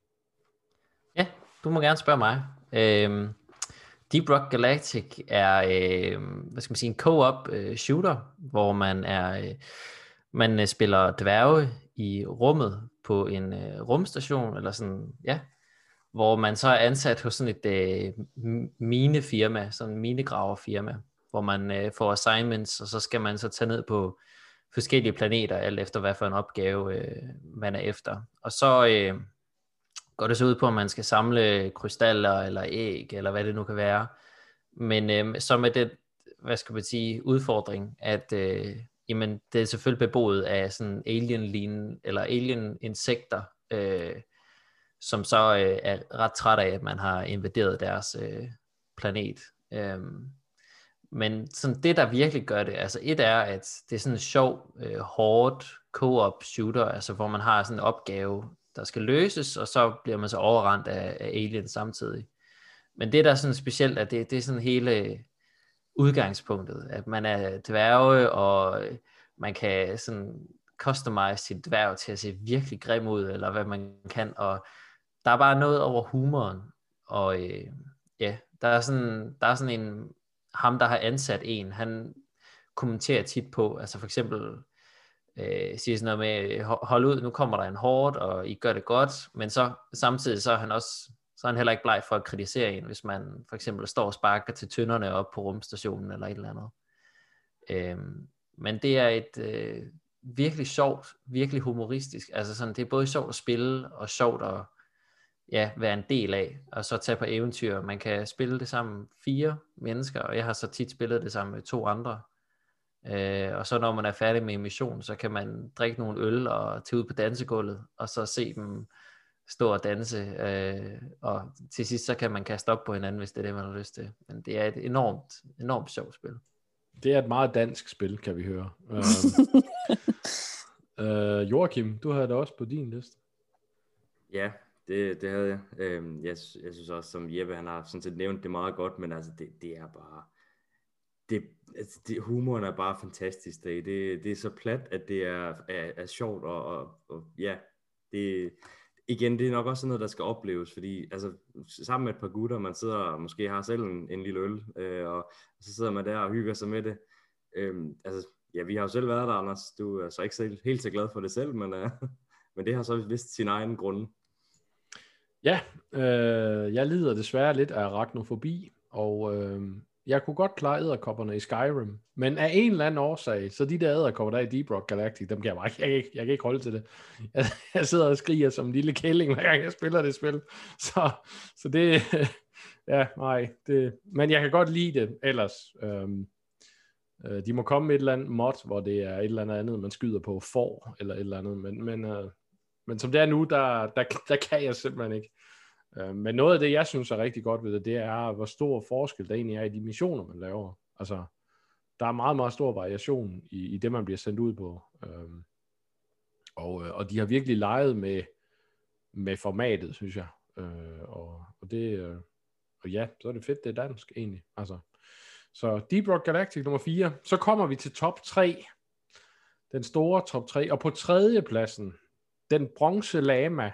Ja, du må gerne spørge mig. Øhm, Deep Rock Galactic er, øh, hvad skal man sige, en co-op øh, shooter, hvor man er, øh, man øh, spiller dværge i rummet på en øh, rumstation, eller sådan, ja, hvor man så er ansat hos sådan et øh, minefirma, sådan en minegraverfirma, hvor man øh, får assignments, og så skal man så tage ned på forskellige planeter, alt efter hvad for en opgave øh, man er efter. Og så øh, går det så ud på, at man skal samle krystaller eller æg, eller hvad det nu kan være. Men øh, så med det, hvad skal man sige, udfordring, at øh, jamen, det er selvfølgelig beboet af sådan alien-lignende, eller alien-insekter, øh, som så øh, er ret træt af, at man har invaderet deres øh, planet. Øh, Men sådan det, der virkelig gør det, altså et er, at det er sådan en sjov, øh, hårdt co-op shooter, altså hvor man har sådan en opgave, der skal løses, og så bliver man så overrendt af, af aliens samtidig. Men det, der er sådan specielt, at det, det er sådan hele udgangspunktet, at man er dværge, og man kan sådan customize sit dværg til at se virkelig grim ud, eller hvad man kan, og der er bare noget over humoren, og øh, ja, der er sådan, der er sådan en, ham der har ansat en, han kommenterer tit på, altså for eksempel øh, siger sådan noget med, hold ud, nu kommer der en horde, og I gør det godt, men så samtidig så er han også, så er han heller ikke bleg for at kritisere en, hvis man for eksempel står og sparker til tønderne op på rumstationen, eller et eller andet. Øhm, men det er et øh, virkelig sjovt, virkelig humoristisk, altså sådan, det er både sjovt at spille, og sjovt at ja, være en del af, og så tage på eventyr. Man kan spille det sammen fire mennesker, og jeg har så tit spillet det sammen med to andre. Øh, og så når man er færdig med en mission, så kan man drikke nogle øl og tage ud på dansegulvet, og så se dem stå og danse, øh, og til sidst så kan man kaste op på hinanden, hvis det er det, man har lyst til. Men det er et enormt, enormt sjovt spil. Det er et meget dansk spil, kan vi høre. øh, øh, Joachim, du havde det også på din liste. Ja, det, det havde jeg. Øhm, jeg. Jeg synes også, som Jeppe, han har sådan set nævnt det meget godt, men altså, det, det er bare... Det, altså, det, humoren er bare fantastisk. Det, det, det er så plat, at det er, er, er sjovt, og, og, og ja, det... Igen, det er nok også sådan noget, der skal opleves, fordi altså, sammen med et par gutter, man sidder og måske har selv en, en lille øl, øh, og så sidder man der og hygger sig med det. Øhm, altså, ja, vi har jo selv været der, Anders. Du er så ikke selv, helt så glad for det selv, men, øh, men det har så vist sin egen grunde. Ja, øh, jeg lider desværre lidt af arachnofobi, og øh, jeg kunne godt klare edderkopperne i Skyrim, men af en eller anden årsag, så de der edderkopper der i Deep Rock Galactic, dem kan jeg bare ikke, jeg kan ikke, jeg kan ikke holde til det. Jeg, jeg sidder og skriger som en lille kælling, hver gang jeg spiller det spil. Så, så det, ja, nej, det, men jeg kan godt lide det ellers. Øhm, øh, de må komme med et eller andet mod, hvor det er et eller andet, man skyder på får, eller et eller andet, men, men, øh, men som det er nu, der, der, der kan jeg simpelthen ikke. Men noget af det, jeg synes er rigtig godt ved det, det er, hvor stor forskel der egentlig er i de missioner, man laver. Altså, der er meget, meget stor variation i, i det, man bliver sendt ud på. Øhm, og, og de har virkelig leget med, med formatet, synes jeg. Øh, og, og det, øh, og ja, så er det fedt, det er dansk egentlig. Altså, så Deep Rock Galactic nummer fire. Så kommer vi til top tre. Den store top tre. Og på tredje pladsen, den bronze lama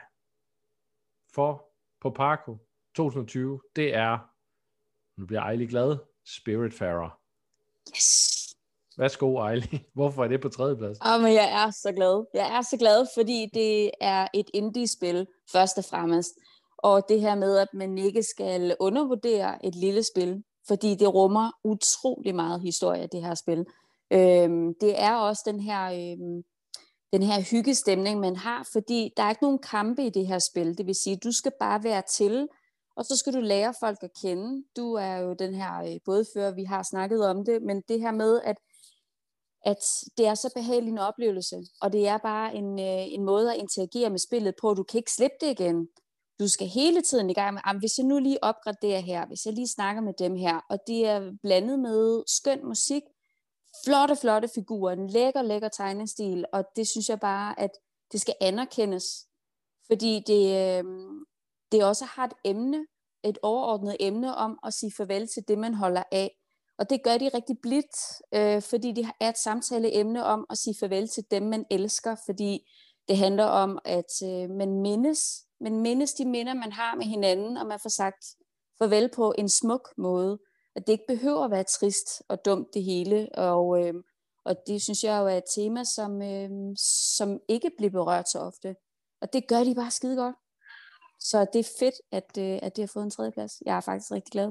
for Popako tyve tyve, det er, nu bliver Ejli glad, Spiritfarer. Yes! Værsgo, Ejli. Hvorfor er det på tredje plads? Oh, men jeg er så glad. Jeg er så glad, fordi det er et indie-spil, først og fremmest. Og det her med, at man ikke skal undervurdere et lille spil, fordi det rummer utrolig meget historie, det her spil. Øhm, det er også den her... Øhm, den her hyggestemning, man har, fordi der er ikke nogen kampe i det her spil. Det vil sige, du skal bare være til, og så skal du lære folk at kende. Du er jo den her bådfører, vi har snakket om det, men det her med, at, at det er så behagelig en oplevelse, og det er bare en, en måde at interagere med spillet på. Du kan ikke slippe det igen. Du skal hele tiden i gang med, hvis jeg nu lige opgraderer her, hvis jeg lige snakker med dem her, og det er blandet med skøn musik, flotte, flotte figurer, en lækker, lækker tegnestil, og det synes jeg bare, at det skal anerkendes, fordi det, øh, det også har et emne, et overordnet emne om at sige farvel til det, man holder af. Og det gør de rigtig blidt, øh, fordi det er et samtaleemne om at sige farvel til dem, man elsker, fordi det handler om, at øh, man mindes, man mindes de minder, man har med hinanden, og man får sagt farvel på en smuk måde. At det ikke behøver at være trist og dumt det hele, og, øh, og det synes jeg jo er et tema, som, øh, som ikke bliver berørt så ofte. Og det gør de bare skide godt. Så det er fedt, at, øh, at det har fået en tredjeplads. Jeg er faktisk rigtig glad.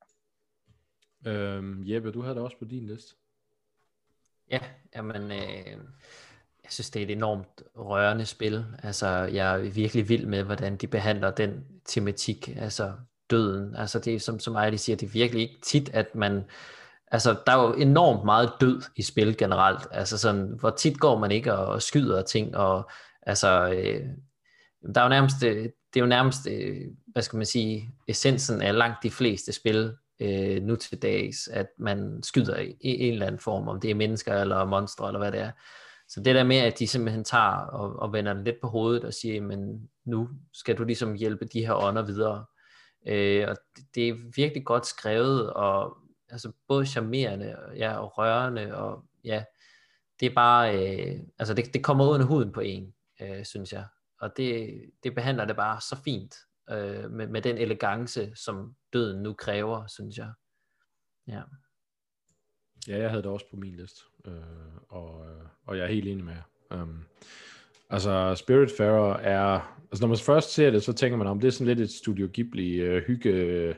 Øhm, Jeppe, du havde det også på din liste. Ja, jamen, øh, jeg synes, det er et enormt rørende spil. Altså, jeg er virkelig vild med, hvordan de behandler den tematik, altså døden. Altså, det er som, som Ejli siger, det er virkelig ikke tit, at man... Altså, der er jo enormt meget død i spil generelt. Altså, sådan, hvor tit går man ikke og, og skyder ting, og altså... Øh, der er jo nærmest... Det er jo nærmest, øh, hvad skal man sige, essensen af langt de fleste spil, Øh, nu til dags, at man skyder i, i en eller anden form, om det er mennesker eller monstre eller hvad det er. Så det der med, at de simpelthen tager og, og vender den lidt på hovedet og siger, men nu skal du ligesom hjælpe de her ånder videre. Øh, og det, det er virkelig godt skrevet, og altså både charmerende ja, og rørende, og ja, det er bare, øh, altså det, det kommer ud af huden på en, øh, synes jeg. Og det, det behandler det bare så fint. Øh, med, med den elegance, som døden nu kræver, synes jeg. Ja, ja jeg havde det også på min liste, øh, og, og jeg er helt enig med jer. Um, altså, Spiritfarer er, altså når man først ser det, så tænker man om, det er sådan lidt et Studio Ghibli uh, hygge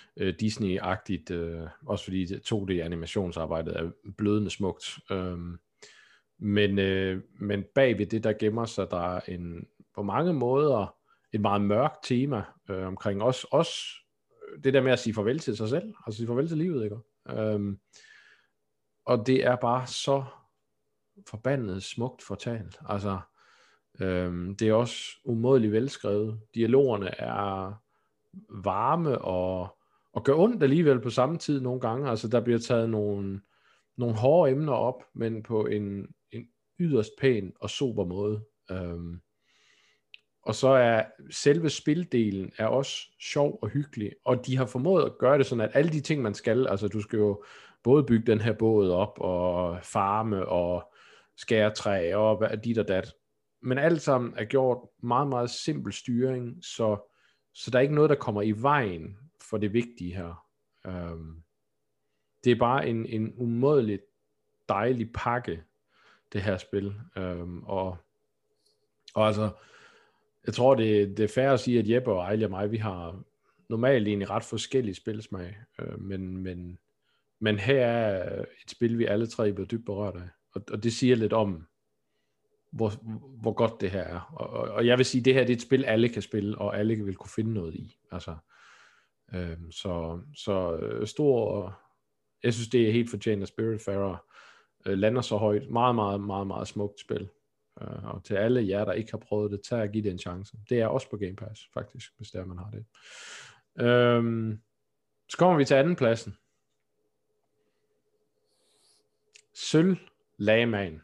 øh, Disney-agtigt, øh, også fordi to D-animationsarbejdet er blødende smukt. Øhm, men, øh, men bagved det, der gemmer sig, der er en, på mange måder et meget mørkt tema øh, omkring også, også det der med at sige farvel til sig selv, altså sige farvel til livet, ikke? Øhm, og det er bare så forbandet smukt fortalt. Altså, øhm, det er også umådeligt velskrevet. Dialogerne er varme og, og gør ondt alligevel på samme tid nogle gange. Altså, der bliver taget nogle, nogle hårde emner op, men på en, en yderst pæn og sober måde. Øhm, og så er selve spildelen er også sjov og hyggelig, og de har formået at gøre det sådan, at alle de ting, man skal, altså du skal jo både bygge den her båd op, og farme, og skære træ, og dit og dat, men alt sammen er gjort meget, meget simpel styring, så, så der er ikke noget, der kommer i vejen for det vigtige her. Um, det er bare en, en umådeligt dejlig pakke, det her spil, um, og, og altså, jeg tror, det, det er fair at sige, at Jeppe og Ejli og mig, vi har normalt egentlig ret forskellige spilsmag, øh, men, men, men her er et spil, vi alle tre bliver dybt berørt af, og, og det siger lidt om, hvor, hvor godt det her er, og, og, og jeg vil sige, at det her det er et spil, alle kan spille, og alle vil kunne finde noget i, altså, øh, så, så øh, stor, jeg synes, det er helt fortjent, at Spiritfarer øh, lander så højt, meget, meget, meget, meget smukt spil. Uh, og til alle jer, der ikke har prøvet det, tag og give det en chance. Det er også på Game Pass, faktisk, hvis det er, man har det. Um, så kommer vi til anden pladsen. Sølv Lagman.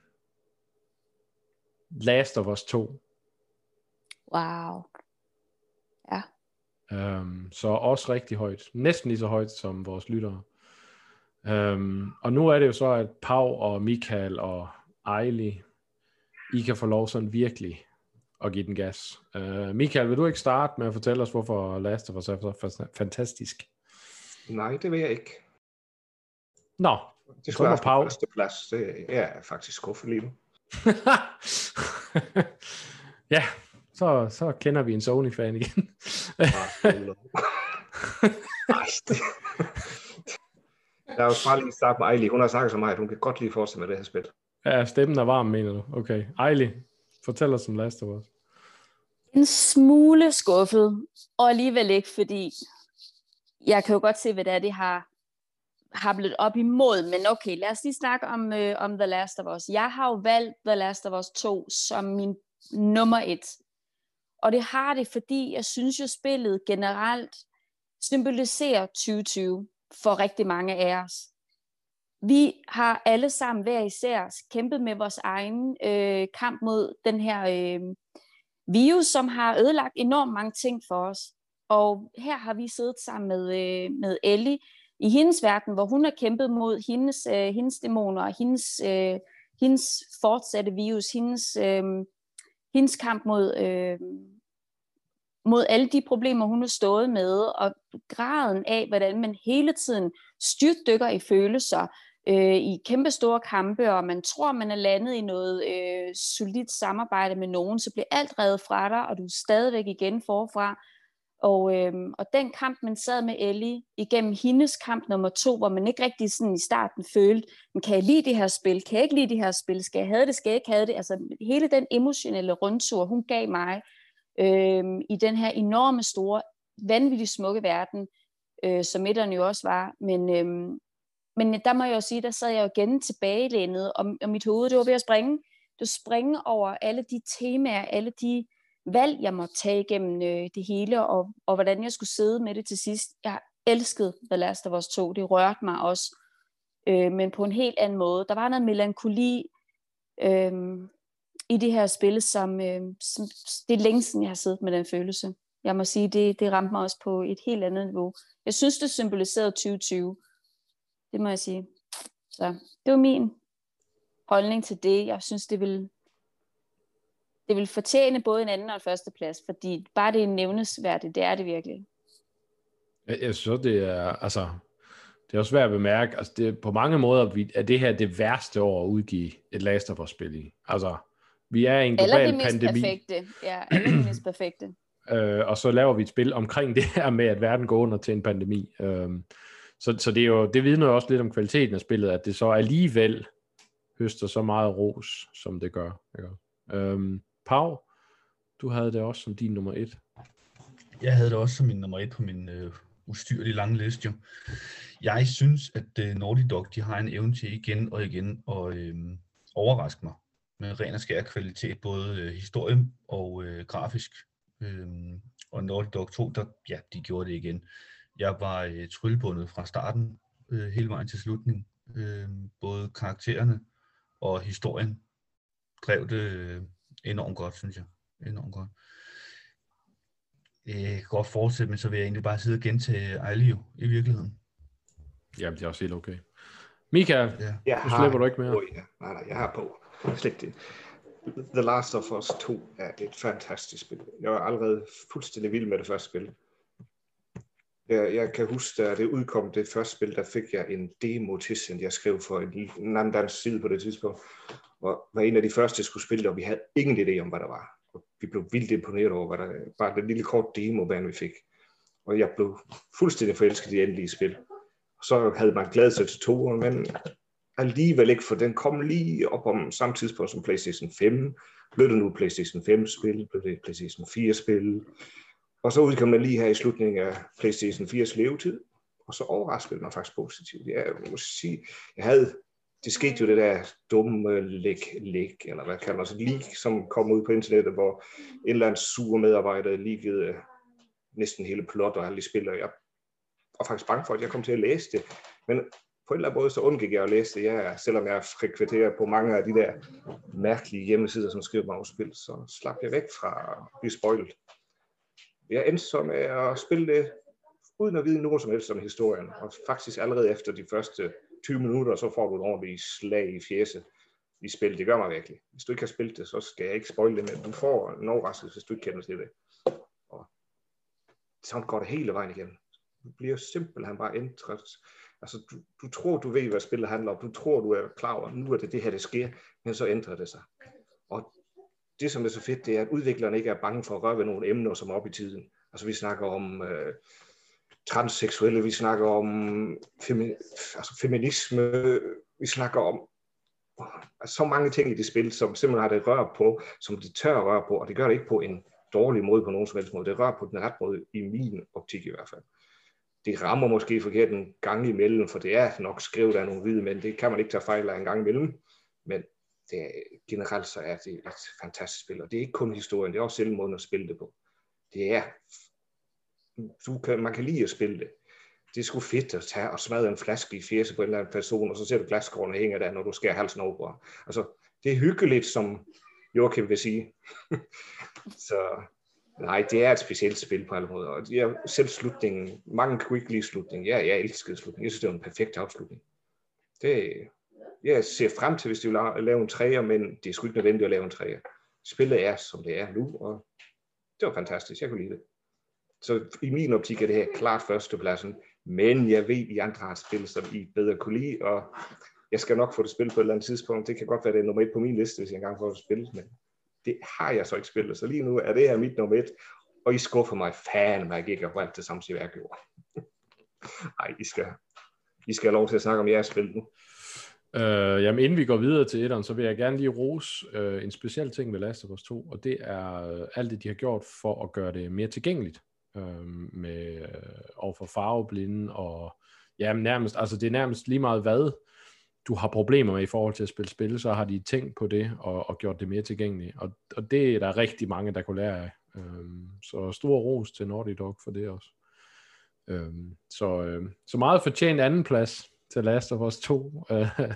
Last of Us to. Wow. Ja. Um, så også rigtig højt. Næsten lige så højt som vores lyttere. Um, og nu er det jo så, at Pau og Michael og Ejli, I kan få lov sådan virkelig at give den gas. Uh, Michael, vil du ikke starte med at fortælle os, hvorfor Last of Us er så fantastisk? Nej, det vil jeg ikke. Nå, det skulle være på første plads. Det er faktisk skuffet lige nu. Ja, så, så kender vi en Sony-fan igen. Jeg vil bare lige starte med Ejli. Hun har sagt så meget, at hun kan godt lige fortsætte med det her spil. Ja, stemmen er varm, mener du? Okay. Ejli, fortæl os om Last of Us. En smule skuffet, og alligevel ikke, fordi jeg kan jo godt se, hvad det er, det har, har blevet op imod, men okay, lad os lige snakke om, øh, om The Last of Us. Jeg har jo valgt The Last of Us to som min nummer et, og det har det, fordi jeg synes jo, spillet generelt symboliserer tyve tyve for rigtig mange af os. Vi har alle sammen hver især kæmpet med vores egen øh, kamp mod den her øh, virus, som har ødelagt enormt mange ting for os. Og her har vi siddet sammen med, øh, med Ellie i hendes verden, hvor hun har kæmpet mod hendes, øh, hendes dæmoner, hendes, øh, hendes fortsatte virus, hendes, øh, hendes kamp mod, øh, mod alle de problemer, hun har stået med, og graden af, hvordan man hele tiden styrtdykker i følelser, øh, i kæmpe store kampe, og man tror, man er landet i noget øh, solidt samarbejde med nogen, så bliver alt revet fra dig, og du er stadigvæk igen forfra. Og, øh, og den kamp, man sad med Ellie igennem hendes kamp nummer to, hvor man ikke rigtig sådan i starten følte, men kan jeg lide det her spil? Kan jeg ikke lide det her spil? Skal jeg have det? Skal jeg ikke have det? Altså hele den emotionelle rundtur, hun gav mig øh, i den her enorme store, vanvittigt smukke verden, øh, som etteren jo også var. Men, øh, men der må jeg jo sige, der sad jeg jo igen tilbagelænet, og, og mit hoved, det var ved at springe. Det springe over alle de temaer, alle de valg, jeg måtte tage igennem øh, det hele, og, og hvordan jeg skulle sidde med det til sidst. Jeg elskede The Last of Us to, det rørte mig også, øh, men på en helt anden måde. Der var noget melankoli øh, i det her spil, som, øh, som det er længe siden, jeg har siddet med den følelse. Jeg må sige, det, det ramte mig også på et helt andet niveau. Jeg synes, det symboliserede tyve tyve. Det må jeg sige. Så det var min holdning til det. Jeg synes, det ville Det vil fortjene både en anden og en første plads, fordi bare det er nævnesværdigt, det er det virkelig. Jeg, jeg synes, det er, altså, det er også svært at bemærke, altså det, på mange måder er det her det værste år at udgive et Last of Us-spil i. Altså, vi er i en global eller det mest pandemi. Perfekte. Ja, eller det mest perfekte. øh, og så laver vi et spil omkring det her med, at verden går under til en pandemi. Øh, så, så det er jo, det vidner jo også lidt om kvaliteten af spillet, at det så alligevel høster så meget ros, som det gør. Ikke? Øh, Pau, du havde det også som din nummer et. Jeg havde det også som min nummer et på min øh, ustyrlige lange liste. Jo. Jeg synes, at øh, Naughty Dog, de har en evne til igen og igen at øh, overraske mig med ren og skær kvalitet, både øh, historie og øh, grafisk. Øh, og Naughty Dog to, der, ja, de gjorde det igen. Jeg var øh, tryllebundet fra starten øh, hele vejen til slutningen. Øh, både karaktererne og historien drev det øh, enormt godt, synes jeg. Enormt godt. Jeg kan godt fortsætte, men så vil jeg egentlig bare sidde og gentage Ailio i virkeligheden. Jamen, det er også helt okay. Michael, ja. nu slipper du ikke mere. Oh, ja. Nej, nej, jeg har på. Slet det. The Last of Us to er et fantastisk spil. Jeg var allerede fuldstændig vild med det første spil. Jeg, jeg kan huske, da det udkom det første spil, der fik jeg en demo tilsendt, jeg skrev for en, en anden dansk side på det tidspunkt, og var en af de første, jeg skulle spille, og vi havde ingen idé om, hvad der var. Og vi blev vildt imponeret over, hvad der bare den lille kort demo, vi fik. Og jeg blev fuldstændig forelsket i det endelige spil. Så havde man glædet sig til toeren, men alligevel ikke, for den kom lige op om samme tidspunkt som PlayStation fem. Blev det nu PlayStation fem-spil, blev det PlayStation fire-spil. Og så udkom den lige her i slutningen af PlayStation fires levetid. Og så overraskede mig faktisk positivt. Jeg må sige, jeg havde, det skete jo det der dumme læk, eller hvad kalder det, leak, som kom ud på internettet, hvor en eller anden sur medarbejder leakede næsten hele plot og alle de spil, og jeg var faktisk bange for, at jeg kom til at læse det. Men på en eller anden måde, så undgik jeg at læse det, ja, selvom jeg frekventerer på mange af de der mærkelige hjemmesider, som skriver mig om spil, så slap jeg væk fra at blive spoilet. Jeg endte så med at spille det, uden at vide noget som helst om historien, og faktisk allerede efter de første tyve minutter, så får du et ordentligt slag i fjeset i spil. Det gør mig virkelig. Hvis du ikke har spillet det, så skal jeg ikke spoile det, men du får en overraskelse, hvis du ikke kender til det. Og sådan går det hele vejen igen. Du bliver simpelthen bare ændret. Altså, du, du tror, du ved, hvad spillet handler om. Du tror, du er klar over, nu er det det her, der sker, men så ændrer det sig. Og det, som er så fedt, det er, at udviklerne ikke er bange for at røre ved nogle emner, som er oppe i tiden. Altså, vi snakker om øh, transseksuelle, vi snakker om femi- altså, feminisme, vi snakker om altså, så mange ting i det spil, som simpelthen har det rør på, som det tør at røre på, og det gør det ikke på en dårlig måde på nogen som helst måde. Det rører på den ret måde, i min optik i hvert fald. Det rammer måske forkert en gang imellem, for det er nok skrevet af nogle hvide mænd. Det kan man ikke tage fejl af en gang imellem. Men det er, generelt så er det et fantastisk spil. Og det er ikke kun historien, det er også selv måden at spille det på. Det er, du kan, man kan lide at spille det. Det er sgu fedt at tage og smadre en flaske i fjeset på en eller anden person, og så ser du glasskårene hænger der, når du skærer halsen over. Altså, det er hyggeligt, som Joachim vil sige. Så nej, det er et specielt spil på alle måder. Og det er selv slutningen, mange quickly slutninger. Ja, jeg elskede slutningen. Jeg synes, det var en perfekt afslutning. Det, jeg ser frem til, hvis de vil lave en træer, men det er sgu ikke nødvendigt at lave en træer. Spillet er, som det er nu, og det var fantastisk. Jeg kunne lide det. Så i min optik er det her klart førstepladsen, men jeg ved, I andre har et spil, som I bedre kunne lide, og jeg skal nok få det spillet på et eller andet tidspunkt. Det kan godt være, det er nummer et på min liste, hvis jeg engang får det spillet, men det har jeg så ikke spillet. Så lige nu er det her mit nummer et, og I skuffer mig fan, når jeg ikke har alt det samme, som jeg gjorde. Nej, I skal, I skal have lov til at snakke om jeres spil nu. Uh, jamen inden vi går videre til etteren, så vil jeg gerne lige rose uh, en speciel ting ved Last of Us to, og det er uh, alt det, de har gjort for at gøre det mere tilgængeligt uh, med uh, overfor farveblinde og jamen nærmest, altså det er nærmest lige meget hvad du har problemer med i forhold til at spille spil, så har de tænkt på det og, og gjort det mere tilgængeligt, og, og det er der rigtig mange, der kunne lære af. Um, så stor ros til Naughty Dog for det også. Um, så, um, så meget fortjent anden plads til Last of Us to.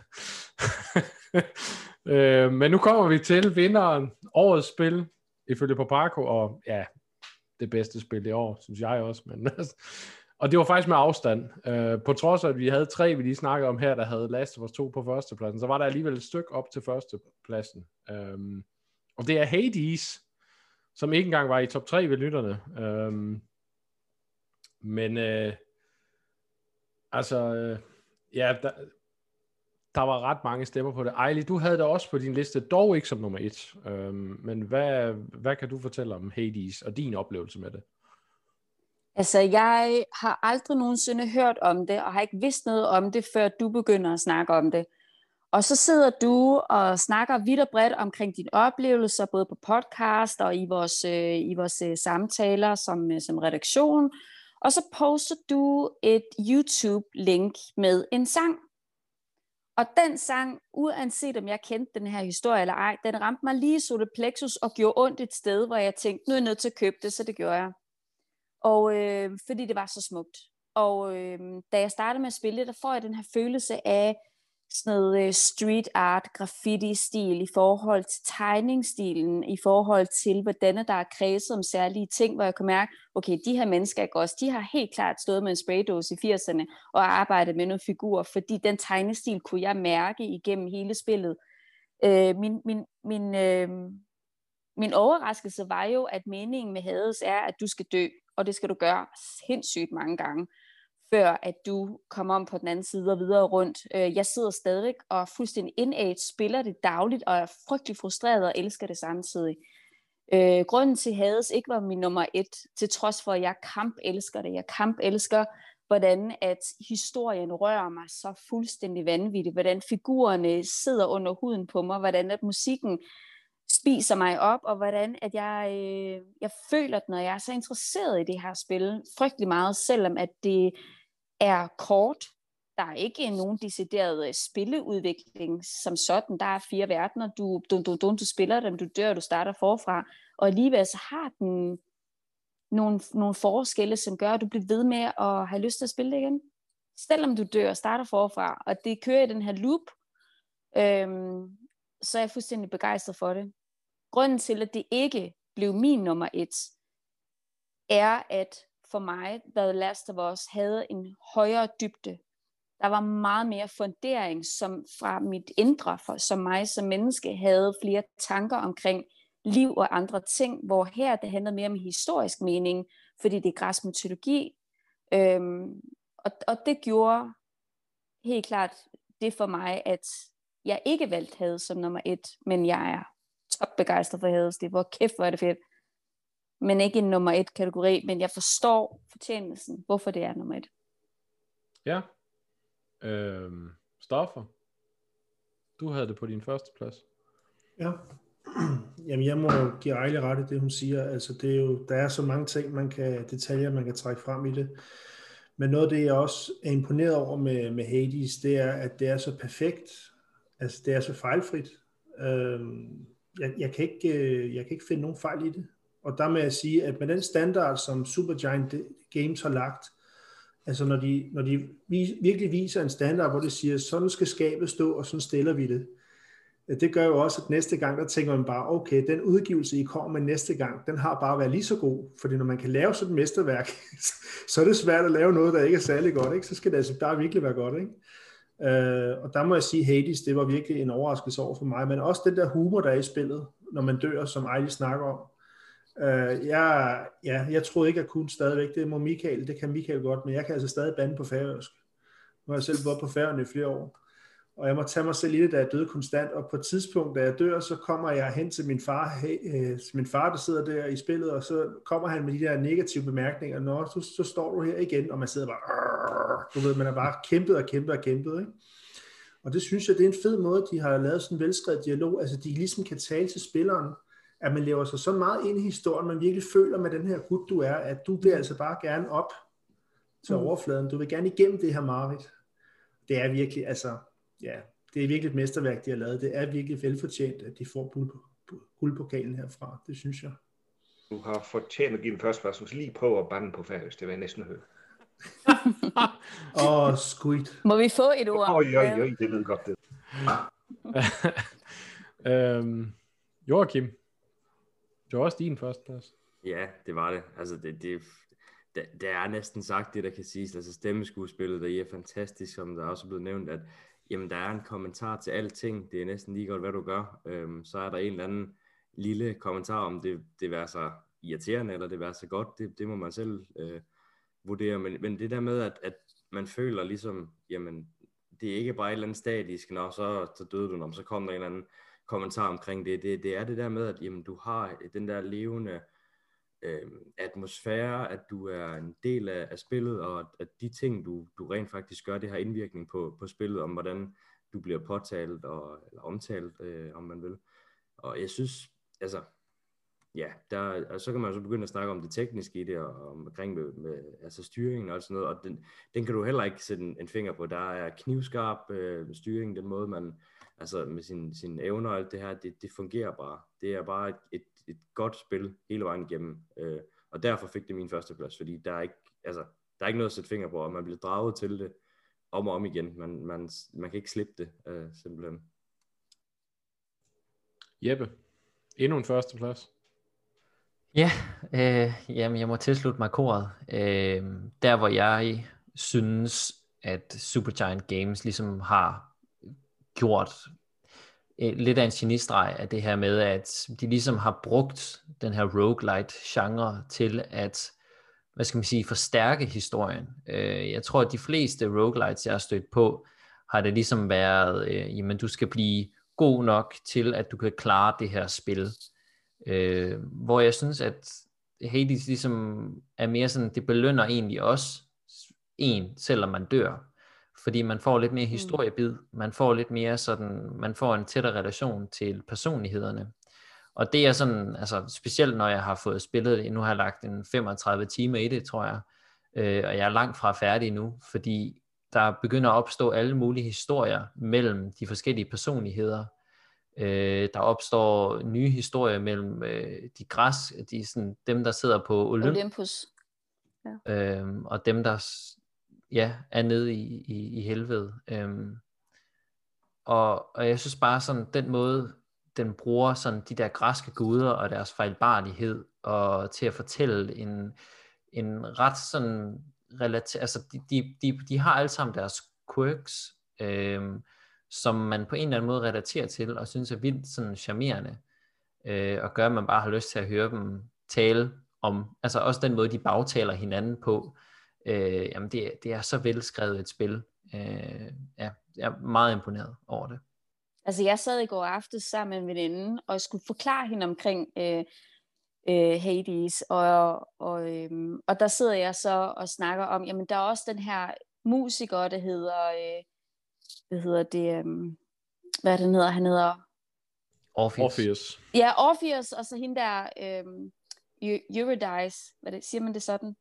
øh, men nu kommer vi til vinderen, årets spil, ifølge Papaco, og ja, det bedste spil i år, synes jeg også. Men, og det var faktisk med afstand. Øh, på trods af, at vi havde tre, vi lige snakkede om her, der havde Last of Us to på førstepladsen, så var der alligevel et stykke op til førstepladsen. Øh, og det er Hades, som ikke engang var i top tre ved lytterne. Øh, men øh, altså... Øh, Ja, der, der var ret mange stemmer på det. Ejli, du havde det også på din liste, dog ikke som nummer et. Øhm, men hvad, hvad kan du fortælle om Hades og din oplevelse med det? Altså, jeg har aldrig nogensinde hørt om det, og har ikke vidst noget om det, før du begynder at snakke om det. Og så sidder du og snakker vidt og bredt omkring dine oplevelser, både på podcast og i vores, øh, i vores øh, samtaler som, øh, som redaktion. Og så poster du et YouTube-link med en sang. Og den sang, uanset om jeg kendte den her historie eller ej, den ramte mig lige i solar plexus og gjorde ondt et sted, hvor jeg tænkte, nu er jeg nødt til at købe det, så det gjorde jeg. Og øh, fordi det var så smukt. Og øh, da jeg startede med at spille, der får jeg den her følelse af sådan noget øh, street art, graffiti-stil i forhold til tegningsstilen, i forhold til, hvordan der er kredset om særlige ting, hvor jeg kan mærke, okay, de her mennesker, ikke også, de har helt klart stået med en spraydåse i firserne og arbejdet med nogle figurer, fordi den tegnestil kunne jeg mærke igennem hele spillet. Øh, min, min, min, øh, min overraskelse var jo, at meningen med Hades er, at du skal dø, og det skal du gøre sindssygt mange gange, før at du kommer om på den anden side og videre rundt. Jeg sidder stadig og fuldstændig indaged, spiller det dagligt, og er frygtelig frustreret og elsker det samtidig. Øh, grunden til Hades ikke var min nummer et, til trods for, at jeg kamp elsker det. Jeg kamp elsker, hvordan at historien rører mig så fuldstændig vanvittigt, hvordan figurerne sidder under huden på mig, hvordan at musikken spiser mig op, og hvordan at jeg, øh, jeg føler, at når jeg er så interesseret i det her spil, frygtelig meget, selvom at det er kort. Der er ikke nogen decideret spilleudvikling som sådan. Der er fire verdener, du, du, du, du, du spiller dem, du dør, du starter forfra, og alligevel så har den nogle, nogle forskelle, som gør, at du bliver ved med at have lyst til at spille det igen. Selvom du dør og starter forfra, og det kører i den her loop, øhm, så er jeg fuldstændig begejstret for det. Grunden til, at det ikke blev min nummer et, er, at for mig, The Last of Us havde en højere dybde. Der var meget mere fundering, som fra mit indre, for, som mig som menneske, havde flere tanker omkring liv og andre ting, hvor her det handlede mere om historisk mening, fordi det er græsk mytologi. Øhm, og, og det gjorde helt klart det for mig, at jeg ikke valgte Hades som nummer et, men jeg er topbegejstret for Hades. Det var kæft, hvor er det fedt. Men ikke en nummer et kategori, men jeg forstår fortjenelsen, hvorfor det er nummer et. Ja. Øhm, Stoffer, du havde det på din første plads. Ja. Jamen, jeg må give Ejli ret i det, hun siger. Altså, det er jo, der er så mange ting, man kan, detaljer, man kan trække frem i det. Men noget af det, jeg også er imponeret over med, med Hades, det er, at det er så perfekt. Altså, det er så fejlfrit. Øhm, jeg, jeg, kan ikke, jeg kan ikke finde nogen fejl i det. Og der må jeg sige, at med den standard, som Supergiant Games har lagt, altså når de, når de virkelig viser en standard, hvor det siger, sådan skal skabet stå, og sådan stiller vi det. Det gør jo også, at næste gang, der tænker man bare, okay, den udgivelse, I kommer med næste gang, den har bare været lige så god. Fordi når man kan lave sådan et mesterværk, så er det svært at lave noget, der ikke er særlig godt. Ikke? Så skal det altså bare virkelig være godt. Ikke? Uh, og der må jeg sige, Hades, det var virkelig en overraskelse over for mig. Men også den der humor, der er i spillet, når man dør, som Ejli snakker om. Uh, jeg, ja, jeg troede ikke, jeg kunne stadigvæk. Det må Michael, det kan Michael godt, men jeg kan altså stadig bande på færøsk. Nu har jeg selv været på Færøerne i flere år. Og jeg må tage mig selv i det, da jeg døde konstant. Og på et tidspunkt, da jeg dør, så kommer jeg hen til min far, hey, øh, min far, der sidder der i spillet, og så kommer han med de der negative bemærkninger. Nå, så, så står du her igen, og man sidder bare, du ved, man har bare kæmpet og kæmpet og kæmpet, ikke? Og det synes jeg, det er en fed måde, de har lavet sådan en velskrevet dialog, altså de ligesom kan tale til spilleren, at man lever sig så meget ind i historien, man virkelig føler med den her gut, du er, at du vil altså bare gerne op til mm. overfladen. Du vil gerne igennem det her mareridt. Det er virkelig, altså, ja, det er virkelig et mesterværk, de har lavet. Det er virkelig velfortjent, at de får guldpokalen herfra. Det synes jeg. Du har fortjent at give den første plads. Lige prøve at bande på færøsk. Det vil jeg næsten høre. Åh, oh, squid. Må vi få et ord? Åh, oh, jo, jo, det ved godt det. øhm, Joachim, det var også din første plads. Ja, det var det. Altså, det, det, det, det er næsten sagt det, der kan siges. Altså, stemmeskuespillet, der er fantastisk, som der også er blevet nævnt, at jamen, der er en kommentar til alting. Det er næsten lige godt, hvad du gør. Øhm, så er der en eller anden lille kommentar om, det, det er så irriterende, eller det er så godt. Det, det må man selv øh, vurdere. Men, men det der med, at, at man føler ligesom, jamen, det er ikke bare et eller andet statisk, når så, så døde du, når så kommer der en eller anden kommentar omkring det. Det, det er det der med, at jamen, du har den der levende øh, atmosfære, at du er en del af, af spillet, og at de ting, du, du rent faktisk gør, det har indvirkning på, på spillet, om hvordan du bliver påtalt og eller omtalt, øh, om man vil. Og jeg synes, altså, ja, der, og så kan man så begynde at snakke om det tekniske i det, og omkring med, med altså styringen og sådan noget, og den, den kan du heller ikke sætte en, en finger på. Der er knivskarp øh, styring, den måde man, altså med sine sin evner og alt det her, det, det fungerer bare. Det er bare et, et, et godt spil hele vejen igennem, øh, og derfor fik det min første plads, fordi der er ikke, altså, der er ikke noget at sætte finger på, og man bliver draget til det om og om igen. Man, man, man kan ikke slippe det, øh, simpelthen. Jeppe, endnu en første plads. Ja, øh, jamen jeg må tilslutte mig koret. Øh, der hvor jeg synes, at Supergiant Games ligesom har gjort øh, lidt af en genistreg af det her med, at de ligesom har brugt den her roguelite genre til at, hvad skal man sige, forstærke historien. Øh, jeg tror, at de fleste roguelites, jeg har stødt på, har det ligesom været, øh, jamen du skal blive god nok til, at du kan klare det her spil. Øh, hvor jeg synes, at Hades ligesom er mere sådan, det belønner egentlig også en, selvom man dør. Fordi man får lidt mere historiebid, man får lidt mere sådan, man får en tættere relation til personlighederne. Og det er sådan, altså specielt når jeg har fået spillet det, nu har jeg lagt en femogtredive timer i det, tror jeg, øh, og jeg er langt fra færdig nu, fordi der begynder at opstå alle mulige historier mellem de forskellige personligheder. Øh, der opstår nye historier mellem øh, de græs, de sådan, dem der sidder på Olymp, Olympus, ja. øh, og dem der ja, er nede i, i, i helvede. Øh, og, og jeg synes bare sådan, den måde, den bruger sådan de der græske guder og deres fejlbarlighed, og til at fortælle en, en ret sådan, relate- altså de, de, de, de har alle sammen deres quirks, øh, som man på en eller anden måde relaterer til, og synes er vildt sådan charmerende, øh, og gør, at man bare har lyst til at høre dem tale om, altså også den måde, de bagtaler hinanden på. Øh, jamen det, det er så velskrevet et spil. Øh, ja, jeg er meget imponeret over det. Altså jeg sad i går aftes sammen med en veninde, og jeg skulle forklare hende omkring øh, øh, Hades, og, og, øh, og der sidder jeg så og snakker om, jamen der er også den her musiker, der hedder... Øh, hvad hedder det, um, hvad den hedder, han hedder? Orpheus. Orpheus. Ja, Orpheus, og så hende der, um, Eurydice, hvad det, siger man det sådan?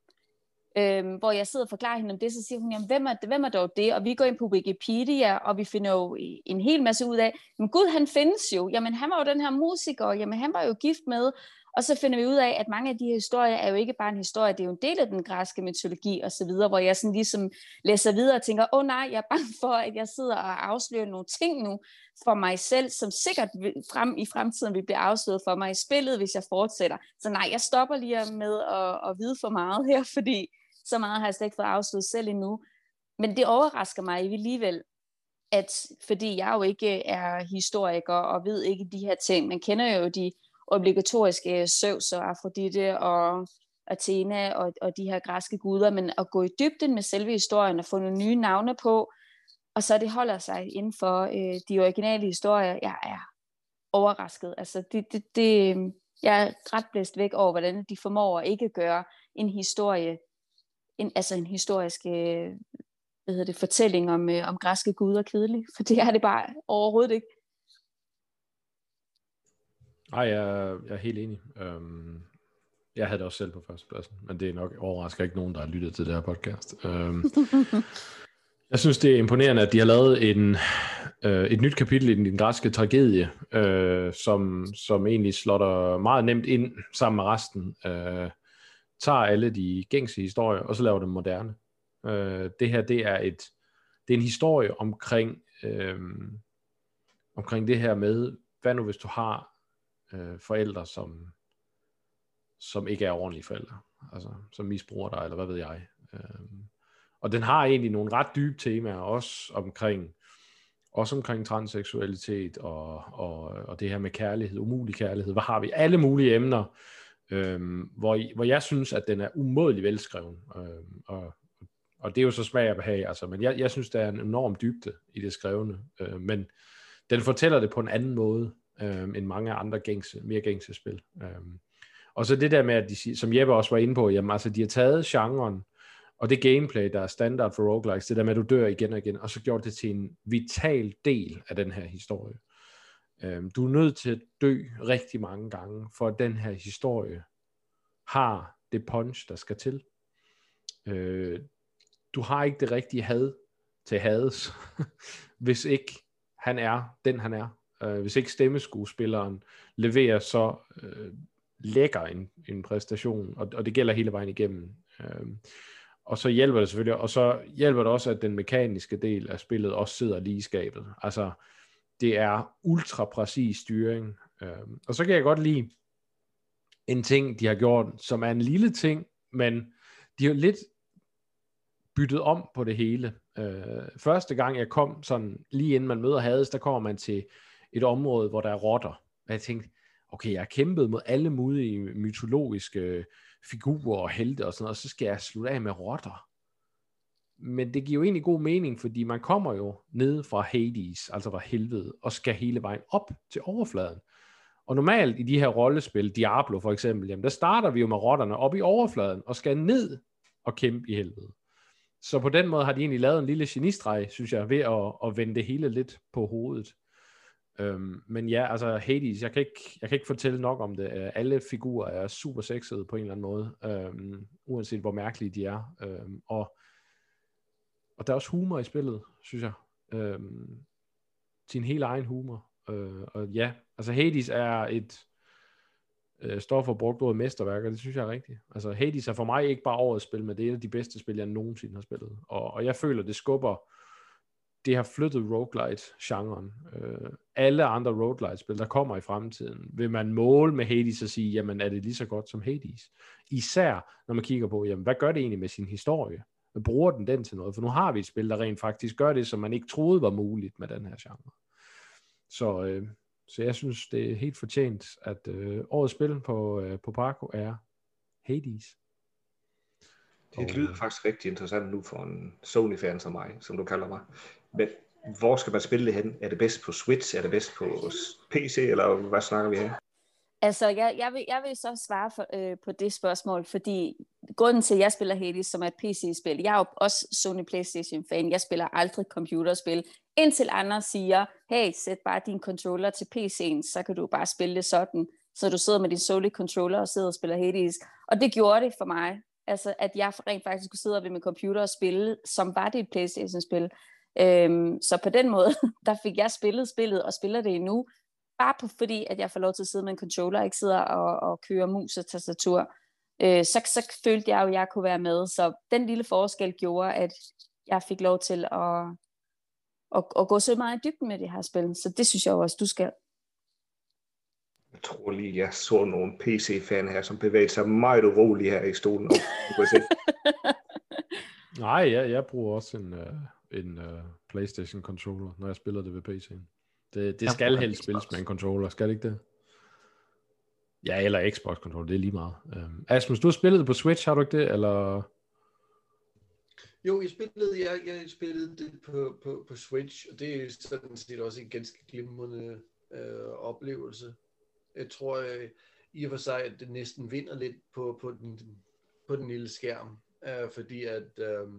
Um, hvor jeg sidder og forklarer hende om det, så siger hun, jamen hvem er, hvem er dog det? Og vi går ind på Wikipedia, og vi finder jo en hel masse ud af, men Gud, han findes jo, jamen han var jo den her musiker, jamen han var jo gift med, og så finder vi ud af, at mange af de her historier er jo ikke bare en historie, det er jo en del af den græske mytologi og så videre, hvor jeg sådan ligesom læser videre og tænker, åh oh, nej, jeg er bange for, at jeg sidder og afslører nogle ting nu for mig selv, som sikkert frem i fremtiden vil blive afsløret for mig i spillet, hvis jeg fortsætter. Så nej, jeg stopper lige med at, at vide for meget her, fordi så meget har jeg slet ikke fået afsløret selv endnu. Men det overrasker mig alligevel, at fordi jeg jo ikke er historiker og ved ikke de her ting, man kender jo de obligatoriske Zeus og Afrodite og Athena og, og de her græske guder, men at gå i dybden med selve historien og få nogle nye navne på, og så det holder sig inden for øh, de originale historier, jeg er overrasket. Altså det, det, det, jeg er ret blæst væk over, hvordan de formår at ikke gøre en historie, en, altså en historisk øh, hvad hedder det, fortælling om, øh, om græske guder kedelig, for det er det bare overhovedet ikke. Nej, jeg, jeg er helt enig. Um, jeg havde det også selv på førstepladsen, men det er nok overrasker ikke nogen, der har lyttet til det her podcast. Um, jeg synes, det er imponerende, at de har lavet en, uh, et nyt kapitel i den, den græske tragedie, uh, som, som egentlig slår der meget nemt ind sammen med resten. Uh, tager alle de gængse historier, og så laver dem moderne. Uh, det her, det er et det er en historie omkring uh, omkring det her med, hvad nu hvis du har Øh, forældre, som som ikke er ordentlige forældre, altså som misbruger dig, eller hvad ved jeg. Øh, og den har egentlig nogle ret dybe temaer, også omkring også omkring transseksualitet, og, og, og det her med kærlighed, umulig kærlighed. Hvad har vi? Alle mulige emner, øh, hvor, hvor jeg synes, at den er umådelig velskreven, øh, og og det er jo så smag og behag, altså, men jeg, jeg synes, der er en enorm dybde i det skrevne, øh, men den fortæller det på en anden måde, øh, end mange andre gængse, mere gængse spil. Øh. Og så det der med, at de, som Jeppe også var inde på, jamen altså, de har taget genren, og det gameplay, der er standard for roguelikes, det der med, at du dør igen og igen, og så gjort det til en vital del af den her historie. Øh, du er nødt til at dø rigtig mange gange, for at den her historie har det punch, der skal til. Øh, du har ikke det rigtige had til hades, hvis ikke han er den han er. Øh, hvis ikke stemmeskuespilleren leverer så øh, lækker en, en præstation, og, og det gælder hele vejen igennem. Øh, og så hjælper det selvfølgelig, og så hjælper det også, at den mekaniske del af spillet også sidder lige i skabet. Altså, det er ultra præcis styring. Øh, og så kan jeg godt lide en ting, de har gjort, som er en lille ting, men de har lidt byttet om på det hele. Øh, første gang jeg kom, sådan lige inden man møder Hades, der kommer man til et område, hvor der er rotter. Og jeg tænkte, okay, jeg har kæmpet mod alle mulige mytologiske figurer og helte og sådan noget, og så skal jeg slutte af med rotter. Men det giver jo egentlig god mening, fordi man kommer jo ned fra Hades, altså fra helvede, og skal hele vejen op til overfladen. Og normalt i de her rollespil, Diablo for eksempel, jamen der starter vi jo med rotterne op i overfladen, og skal ned og kæmpe i helvede. Så på den måde har de egentlig lavet en lille genistreg, synes jeg, ved at, at vende det hele lidt på hovedet. Øhm, men ja, altså Hades, jeg kan, ikke, jeg kan ikke fortælle nok om det. Alle figurer er super sexede på en eller anden måde, øhm, uanset hvor mærkelige de er. Øhm, og, og der er også humor i spillet, synes jeg. Øhm, sin helt egen humor. Øh, og ja, altså Hades er et øh, står for brugt ordet mesterværk, og det synes jeg er rigtigt. Altså Hades er for mig ikke bare årets spil, men det er et af de bedste spil, jeg nogensinde har spillet. Og, og jeg føler, det skubber, det har flyttet roguelite-genren. Øh, alle andre roguelite-spil, der kommer i fremtiden, vil man måle med Hades og sige, jamen er det lige så godt som Hades? Især når man kigger på, jamen hvad gør det egentlig med sin historie? Hvad bruger den den til noget? For nu har vi et spil, der rent faktisk gør det, som man ikke troede var muligt med den her genre. Så, øh, så jeg synes, det er helt fortjent, at øh, årets spil på, øh, på Parco er Hades. Det lyder faktisk rigtig interessant nu for en Sony-fan som mig, som du kalder mig. Men hvor skal man spille det hen? Er det bedst på Switch? Er det bedst på P C? Eller hvad snakker vi her? Altså, jeg, jeg, vil, jeg vil så svare for, øh, på det spørgsmål, fordi grunden til, at jeg spiller Hades, som er et P C-spil, jeg er jo også Sony PlayStation-fan, jeg spiller aldrig computerspil, indtil andre siger, hey, sæt bare din controller til P C'en, så kan du bare spille det sådan, så du sidder med din Sony controller og sidder og spiller Hades. Og det gjorde det for mig, altså at jeg rent faktisk kunne sidde ved min computer og spille, som var det et PlayStation-spil. Øhm, så på den måde, der fik jeg spillet spillet og spiller det endnu, bare på, fordi at jeg får lov til at sidde med en controller, ikke sidder og, og køre mus og tastatur, øh, så, så følte jeg jo, at jeg kunne være med. Så den lille forskel gjorde, at jeg fik lov til at, at, at gå så meget i dybden med det her spil. Så det synes jeg også, du skal. Jeg tror lige, jeg så nogle P C-fan her, som bevægede sig meget uroligt her i stolen. Nej, jeg, jeg bruger også en, uh, en uh, PlayStation controller, når jeg spiller det ved P C'en. Det, det skal helst spilles med en controller, skal det ikke det? Ja, eller Xbox controller, det er lige meget. Um, Asmus, du har spillet det på Switch, har du ikke det? Eller? Jo, jeg spillede, jeg, jeg spillede det på, på, på Switch, og det er sådan set også en ganske glimrende øh, oplevelse. Jeg tror øh, i og for sig, at det næsten vinder lidt på, på, den, på den lille skærm, øh, fordi at øh,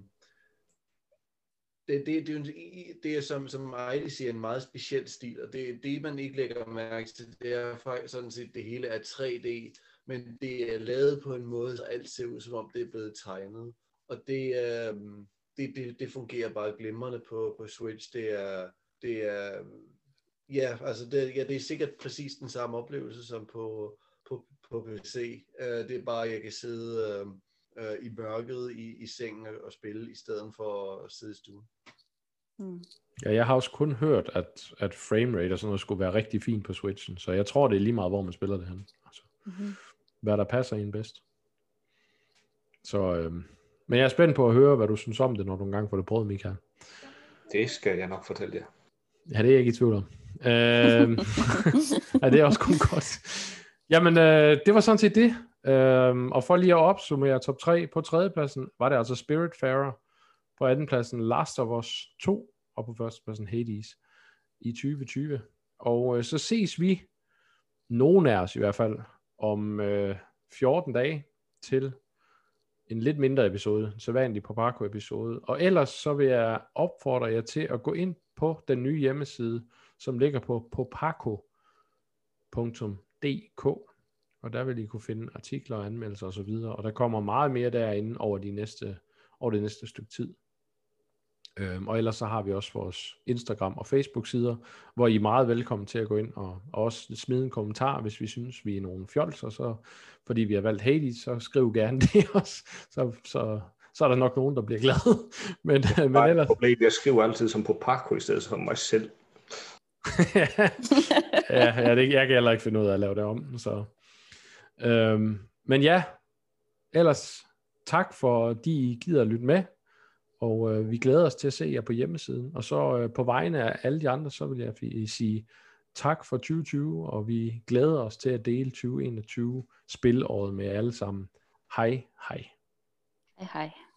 Det, det, det, det er som, som Ejli siger, en meget speciel stil, og det, det man ikke lægger mærke til, det er faktisk sådan set, det hele er tre D, men det er lavet på en måde, så alt ser ud som om det er blevet tegnet, og det, øh, det, det, det fungerer bare glimrende på, på Switch. Det er, det er, ja, altså det, ja, det er sikkert præcis den samme oplevelse som på, på, på P C. Uh, det er bare, at jeg kan sidde uh, uh, i mørket i, i sengen og spille, i stedet for at sidde i stuen. Mm. Ja, jeg har også kun hørt, at, at framerate og sådan noget skulle være rigtig fint på Switchen, så jeg tror, det er lige meget, hvor man spiller det hen. Altså, mm-hmm. Hvad der passer en bedst. Så, øhm, men jeg er spændt på at høre, hvad du synes om det, når du engang får det prøvet, Michael. Det skal jeg nok fortælle jer. Ja, det er jeg ikke i tvivl om. øhm, ja, det er også kun godt. Jamen, øh, det var sådan set det. Øhm, og for lige at opsummere top tre, på tredjepladsen var det altså Spiritfarer, På andenpladsen Last of Us to, og på førstepladsen Hades i tyve tyve. Og øh, så ses vi, nogen af os i hvert fald, om øh, fjorten dage til en lidt mindre episode, så vanlig Popako episode. Og ellers så vil jeg opfordre jer til at gå ind på den nye hjemmeside, som ligger på popako punktum d k, og der vil I kunne finde artikler og anmeldelser og så videre, og der kommer meget mere derinde over, de næste, over det næste stykke tid. Øhm, og ellers så har vi også vores Instagram og Facebook sider, hvor I er meget velkommen til at gå ind og, og også smide en kommentar, hvis vi synes vi er nogle fjolser, så fordi vi har valgt Hades, så skriv gerne det også, så, så, så er der nok nogen, der bliver glade. men, men ellers... problem, jeg skriver altid som Popako i stedet for mig selv. ja, ja det, jeg kan heller ikke finde ud af at lave det om. Så. Øhm, men ja, ellers tak for, at I gider at lytte med. Og øh, vi glæder os til at se jer på hjemmesiden. Og så øh, på vegne af alle de andre, så vil jeg sige tak for tyve tyve, og vi glæder os til at dele tyve enogtyve spilåret med alle sammen. Hej, hej. Hej, hej.